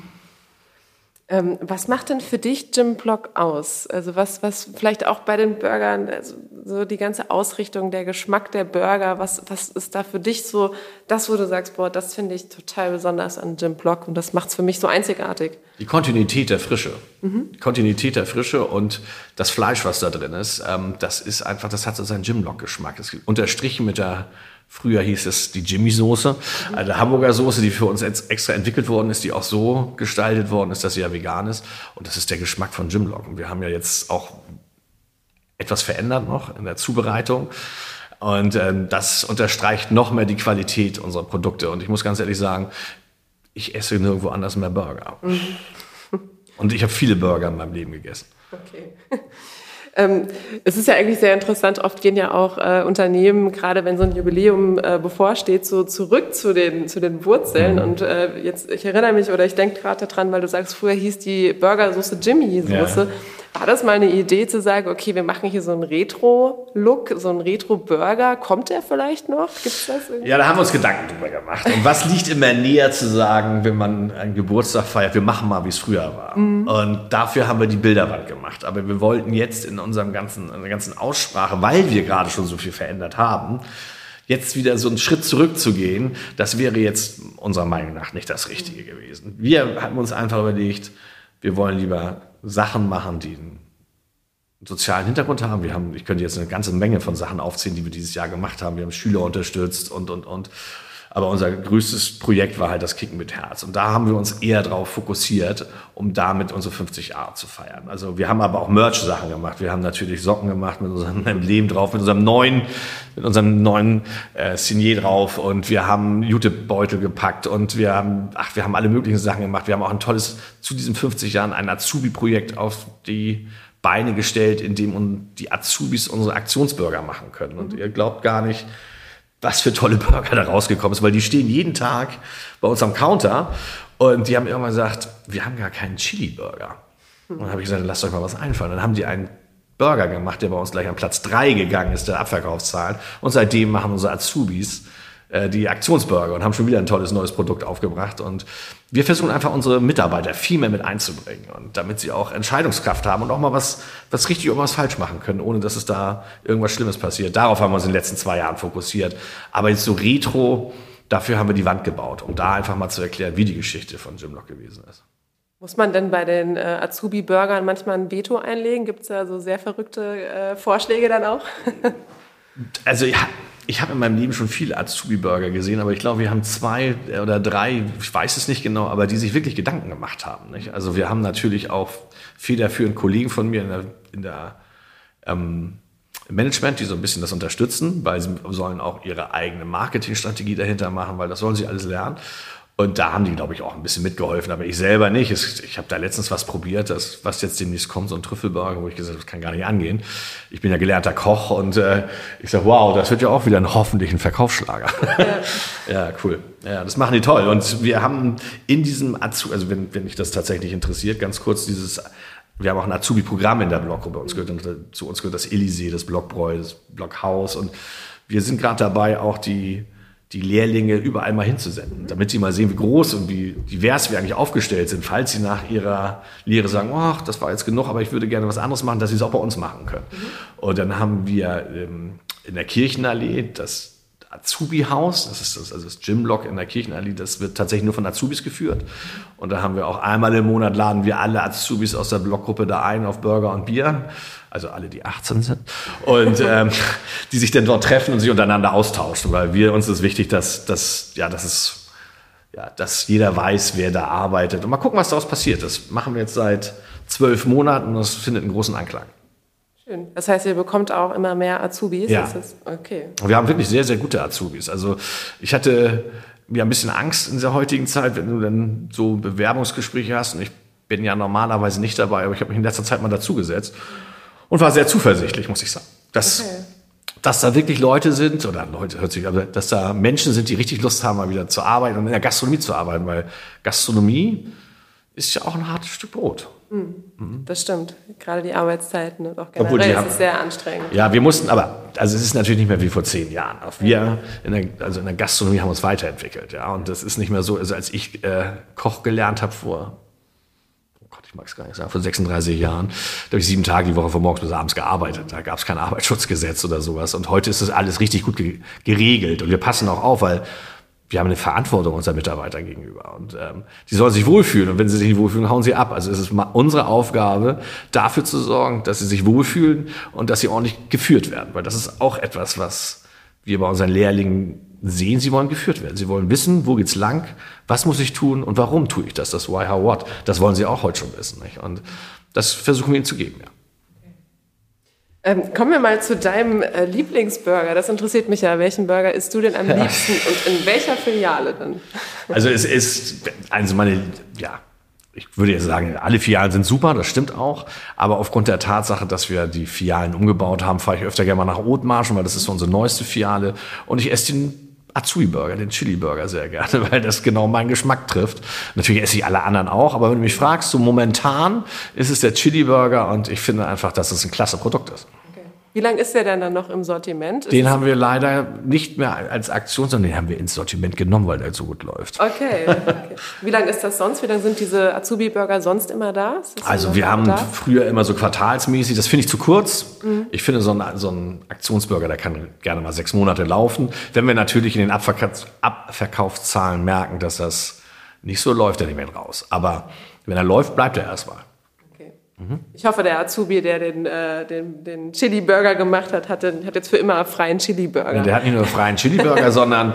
Speaker 1: Was macht denn für dich Jim Block aus? Also was vielleicht auch bei den Burgern, also so die ganze Ausrichtung, der Geschmack der Burger, was ist da für dich so das, wo du sagst, boah, das finde ich total besonders an Jim Block und das macht es für mich so einzigartig?
Speaker 2: Die Kontinuität der Frische. Die Kontinuität der Frische und das Fleisch, was da drin ist, das ist einfach, das hat so seinen Jim Block Geschmack. Das ist unterstrichen mit früher hieß es die Jimmy-Soße, eine Hamburger Soße, die für uns jetzt extra entwickelt worden ist, die auch so gestaltet worden ist, dass sie ja vegan ist. Und das ist der Geschmack von Jim Block. Und wir haben ja jetzt auch etwas verändert noch in der Zubereitung. Und das unterstreicht noch mehr die Qualität unserer Produkte. Und ich muss ganz ehrlich sagen, ich esse nirgendwo anders mehr Burger. Und ich habe viele Burger in meinem Leben gegessen.
Speaker 1: Okay. Es ist ja eigentlich sehr interessant, oft gehen ja auch Unternehmen, gerade wenn so ein Jubiläum bevorsteht, so zurück zu den Wurzeln. Und jetzt, ich erinnere mich oder ich denke gerade daran, weil du sagst, früher hieß die Burgersoße Jimmy-Soße. Ja. War das mal eine Idee zu sagen, okay, wir machen hier so einen Retro-Look, so einen Retro-Burger? Kommt der vielleicht noch? Gibt's das irgendwie?
Speaker 2: Ja, da haben wir uns Gedanken drüber gemacht. Und was liegt immer näher zu sagen, wenn man einen Geburtstag feiert, wir machen mal, wie es früher war. Und dafür haben wir die Bilderwand gemacht. Aber wir wollten jetzt in unserer ganzen Aussprache, weil wir gerade schon so viel verändert haben, jetzt wieder so einen Schritt zurückzugehen, das wäre jetzt unserer Meinung nach nicht das Richtige gewesen. Wir haben uns einfach überlegt, wir wollen lieber Sachen machen, die einen sozialen Hintergrund haben. Ich könnte jetzt eine ganze Menge von Sachen aufzählen, die wir dieses Jahr gemacht haben. Wir haben Schüler unterstützt und. Aber unser größtes Projekt war halt das Kicken mit Herz. Und da haben wir uns eher darauf fokussiert, um damit unsere 50 Jahre zu feiern. Also wir haben aber auch Merch-Sachen gemacht. Wir haben natürlich Socken gemacht mit unserem Emblem drauf, mit unserem neuen Signet drauf. Und wir haben Jutebeutel gepackt und wir haben alle möglichen Sachen gemacht. Wir haben auch zu diesen 50 Jahren ein Azubi-Projekt auf die Beine gestellt, in dem die Azubis unsere Aktionsburger machen können. Und ihr glaubt gar nicht, was für tolle Burger da rausgekommen ist, weil die stehen jeden Tag bei uns am Counter und die haben irgendwann gesagt, wir haben gar keinen Chili-Burger. Und dann habe ich gesagt, lasst euch mal was einfallen. Dann haben die einen Burger gemacht, der bei uns gleich an Platz 3 gegangen ist, der Abverkaufszahlen. Und seitdem machen unsere Azubis die Aktionsburger und haben schon wieder ein tolles neues Produkt aufgebracht. Und wir versuchen einfach unsere Mitarbeiter viel mehr mit einzubringen und damit sie auch Entscheidungskraft haben und auch mal was richtig oder was falsch machen können, ohne dass es da irgendwas Schlimmes passiert. Darauf haben wir uns in den letzten 2 Jahren fokussiert. Aber jetzt so retro, dafür haben wir die Wand gebaut, um da einfach mal zu erklären, wie die Geschichte von Jim Block gewesen ist.
Speaker 1: Muss man denn bei den Azubi-Burgern manchmal ein Veto einlegen? Gibt es da so sehr verrückte Vorschläge dann auch?
Speaker 2: Also ich habe in meinem Leben schon viele Azubi-Burger gesehen, aber ich glaube, wir haben 2 oder 3, ich weiß es nicht genau, aber die sich wirklich Gedanken gemacht haben. Nicht? Also wir haben natürlich auch federführend Kollegen von mir in der Management, die so ein bisschen das unterstützen, weil sie sollen auch ihre eigene Marketingstrategie dahinter machen, weil das sollen sie alles lernen. Und da haben die, glaube ich, auch ein bisschen mitgeholfen, aber ich selber nicht. Ich habe da letztens was probiert, was jetzt demnächst kommt, so ein Trüffelburger, wo ich gesagt habe, das kann gar nicht angehen. Ich bin ja gelernter Koch und ich sage, wow, das wird ja auch wieder hoffentlich ein Verkaufsschlager. Ja. Ja, cool. Ja, das machen die toll. Und wir haben in diesem also wenn dich das tatsächlich interessiert, ganz kurz dieses Wir haben auch ein Azubi-Programm in der Blockgruppe. Zu uns gehört das Elysée, das Blockbräu, das Blockhaus. Und wir sind gerade dabei, auch die Lehrlinge überall mal hinzusenden, damit sie mal sehen, wie groß und wie divers wir eigentlich aufgestellt sind, falls sie nach ihrer Lehre sagen, ach, das war jetzt genug, aber ich würde gerne was anderes machen, dass sie es auch bei uns machen können. Und dann haben wir in der Kirchenallee das Azubi-Haus, das Gymblock in der Kirchenallee, das wird tatsächlich nur von Azubis geführt. Und da haben wir auch einmal im Monat, laden wir alle Azubis aus der Blockgruppe da ein auf Burger und Bier, also alle, die 18 sind, und die sich dann dort treffen und sich untereinander austauschen, weil uns ist wichtig, dass jeder weiß, wer da arbeitet. Und mal gucken, was daraus passiert. Das machen wir jetzt seit 12 Monaten und das findet einen großen Anklang.
Speaker 1: Schön. Das heißt, ihr bekommt auch immer mehr Azubis?
Speaker 2: Ja.
Speaker 1: Okay.
Speaker 2: Wir haben wirklich sehr, sehr gute Azubis. Also ich hatte mir ein bisschen Angst in dieser heutigen Zeit, wenn du dann so Bewerbungsgespräche hast. Und ich bin ja normalerweise nicht dabei, aber ich habe mich in letzter Zeit mal dazugesetzt und war sehr zuversichtlich, muss ich sagen. Dass da wirklich Leute sind, dass da Menschen sind, die richtig Lust haben, mal wieder zu arbeiten und in der Gastronomie zu arbeiten, weil Gastronomie ist ja auch ein hartes Stück Brot.
Speaker 1: Das stimmt. Gerade die Arbeitszeiten und auch generell ist es sehr anstrengend.
Speaker 2: Ja, wir mussten, es ist natürlich nicht mehr wie vor 10 Jahren. Auch wir in der Gastronomie haben uns weiterentwickelt. Ja, und das ist nicht mehr so, also als ich Koch gelernt habe vor 36 Jahren, da habe ich 7 Tage die Woche von morgens bis abends gearbeitet. Da gab es kein Arbeitsschutzgesetz oder sowas. Und heute ist das alles richtig gut geregelt. Und wir passen auch auf, weil wir haben eine Verantwortung unseren Mitarbeitern gegenüber. Und die sollen sich wohlfühlen. Und wenn sie sich nicht wohlfühlen, hauen sie ab. Also es ist mal unsere Aufgabe, dafür zu sorgen, dass sie sich wohlfühlen und dass sie ordentlich geführt werden. Weil das ist auch etwas, was wir bei unseren Lehrlingen sehen. Sie wollen geführt werden. Sie wollen wissen, wo geht's lang, was muss ich tun und warum tue ich das? Das Why, How, What. Das wollen sie auch heute schon wissen. Nicht? Und das versuchen wir ihnen zu geben, ja.
Speaker 1: Kommen wir mal zu deinem Lieblingsburger. Das interessiert mich ja. Welchen Burger isst du denn am liebsten und in welcher Filiale denn?
Speaker 2: Also es ist ich würde jetzt sagen, alle Filialen sind super, das stimmt auch. Aber aufgrund der Tatsache, dass wir die Filialen umgebaut haben, fahre ich öfter gerne mal nach Othmarschen, weil das ist unsere neueste Filiale. Und ich esse den Azubi-Burger, den Chili-Burger sehr gerne, weil das genau meinen Geschmack trifft. Natürlich esse ich alle anderen auch, aber wenn du mich fragst, so momentan ist es der Chili-Burger und ich finde einfach, dass es ein klasse Produkt ist.
Speaker 1: Okay. Wie lange ist der denn dann noch im Sortiment?
Speaker 2: Den haben wir leider nicht mehr als Aktion, sondern den haben wir ins Sortiment genommen, weil der so gut läuft.
Speaker 1: Okay. Wie lange ist das sonst? Wie lange sind diese Azubi-Burger sonst immer da?
Speaker 2: Also wir haben früher immer so quartalsmäßig, das finde ich zu kurz. Ich finde, so ein Aktionsburger, der kann gerne mal 6 Monate laufen. Wenn wir natürlich in den Abverkaufszahlen merken, dass das nicht so läuft, dann nehmen wir ihn raus. Aber wenn er läuft, bleibt er erstmal.
Speaker 1: Ich hoffe, der Azubi, der den Chili-Burger gemacht hat, hat jetzt für immer freien Chili-Burger.
Speaker 2: Ja, der hat nicht nur freien Chili-Burger, sondern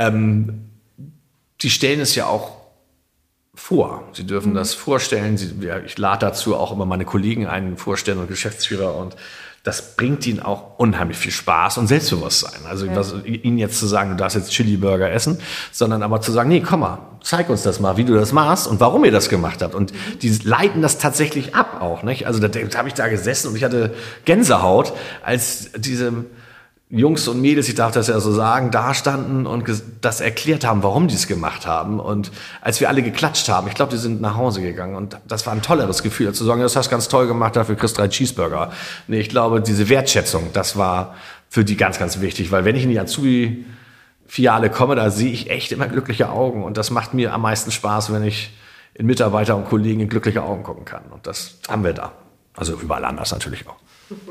Speaker 2: die stellen es ja auch vor. Sie dürfen das vorstellen. Ich lade dazu auch immer meine Kollegen ein, Vorstände und Geschäftsführer, und das bringt ihnen auch unheimlich viel Spaß und Selbstbewusstsein. Also ihnen jetzt zu sagen, du darfst jetzt Chili-Burger essen, sondern aber zu sagen, nee, komm mal, zeig uns das mal, wie du das machst und warum ihr das gemacht habt. Und die leiten das tatsächlich ab auch, nicht? Also da habe ich da gesessen und ich hatte Gänsehaut, als diese Jungs und Mädels, ich darf das ja so sagen, da standen und das erklärt haben, warum die es gemacht haben. Und als wir alle geklatscht haben, ich glaube, die sind nach Hause gegangen. Und das war ein tolleres Gefühl, als zu sagen, das hast du ganz toll gemacht, dafür kriegst du 3 Cheeseburger. Nee, ich glaube, diese Wertschätzung, das war für die ganz, ganz wichtig. Weil wenn ich in die Azubi-Filiale komme, da sehe ich echt immer glückliche Augen. Und das macht mir am meisten Spaß, wenn ich in Mitarbeiter und Kollegen in glückliche Augen gucken kann. Und das haben wir da. Also überall anders natürlich auch.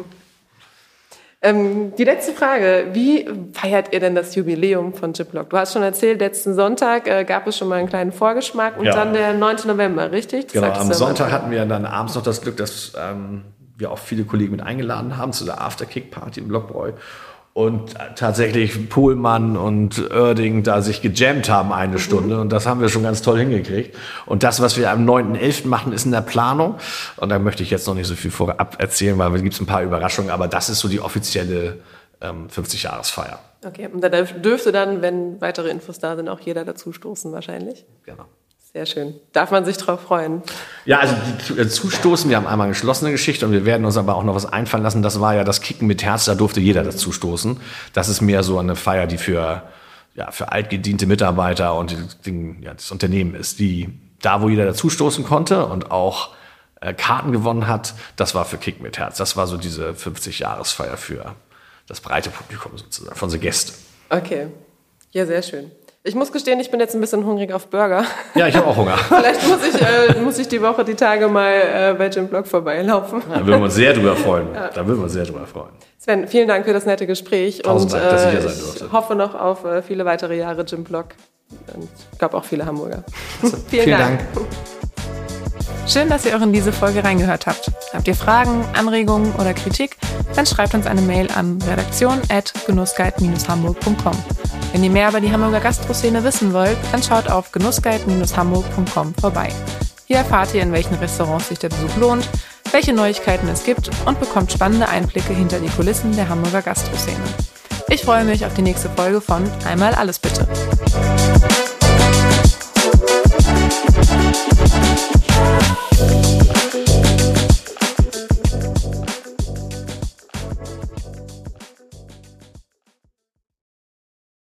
Speaker 1: Die letzte Frage, wie feiert ihr denn das Jubiläum von Gymblock? Du hast schon erzählt, letzten Sonntag gab es schon mal einen kleinen Vorgeschmack und dann der 9. November, richtig? Das
Speaker 2: genau, am Sonntag hatten wir dann abends noch das Glück, dass wir auch viele Kollegen mit eingeladen haben zu der Afterkick-Party im Blockbräu. Und tatsächlich Pohlmann und Oerding da sich gejammt haben 1 Stunde. Und das haben wir schon ganz toll hingekriegt. Und das, was wir am 9.11. machen, ist in der Planung. Und da möchte ich jetzt noch nicht so viel vorab erzählen, weil es gibt ein paar Überraschungen. Aber das ist so die offizielle 50-Jahres-Feier.
Speaker 1: Okay, und da dürfte dann, wenn weitere Infos da sind, auch jeder dazu stoßen wahrscheinlich?
Speaker 2: Genau.
Speaker 1: Sehr schön. Darf man sich drauf freuen?
Speaker 2: Ja, also zustoßen, wir haben einmal eine geschlossene Geschichte und wir werden uns aber auch noch was einfallen lassen. Das war ja das Kicken mit Herz, da durfte jeder dazu stoßen. Das ist mehr so eine Feier, die für altgediente Mitarbeiter und das Unternehmen ist, die da, wo jeder dazu stoßen konnte und auch Karten gewonnen hat, das war für Kick mit Herz. Das war so diese 50-Jahresfeier für das breite Publikum sozusagen, von den Gästen.
Speaker 1: Okay, ja, sehr schön. Ich muss gestehen, ich bin jetzt ein bisschen hungrig auf Burger.
Speaker 2: Ja, ich habe auch Hunger.
Speaker 1: Vielleicht muss ich die Tage mal bei Jim Block vorbeilaufen.
Speaker 2: Da würden wir uns sehr drüber freuen.
Speaker 1: Sven, vielen Dank für das nette Gespräch.
Speaker 2: Tausend Dank, dass ich hier sein durfte.
Speaker 1: Ich hoffe noch auf viele weitere Jahre Jim Block. Und ich glaube auch viele Hamburger.
Speaker 2: Vielen Dank.
Speaker 3: Schön, dass ihr auch in diese Folge reingehört habt. Habt ihr Fragen, Anregungen oder Kritik? Dann schreibt uns eine Mail an redaktion@genussguide-hamburg.com. Wenn ihr mehr über die Hamburger Gastroszene wissen wollt, dann schaut auf genussguide-hamburg.com vorbei. Hier erfahrt ihr, in welchen Restaurants sich der Besuch lohnt, welche Neuigkeiten es gibt und bekommt spannende Einblicke hinter die Kulissen der Hamburger Gastroszene. Ich freue mich auf die nächste Folge von Einmal alles bitte.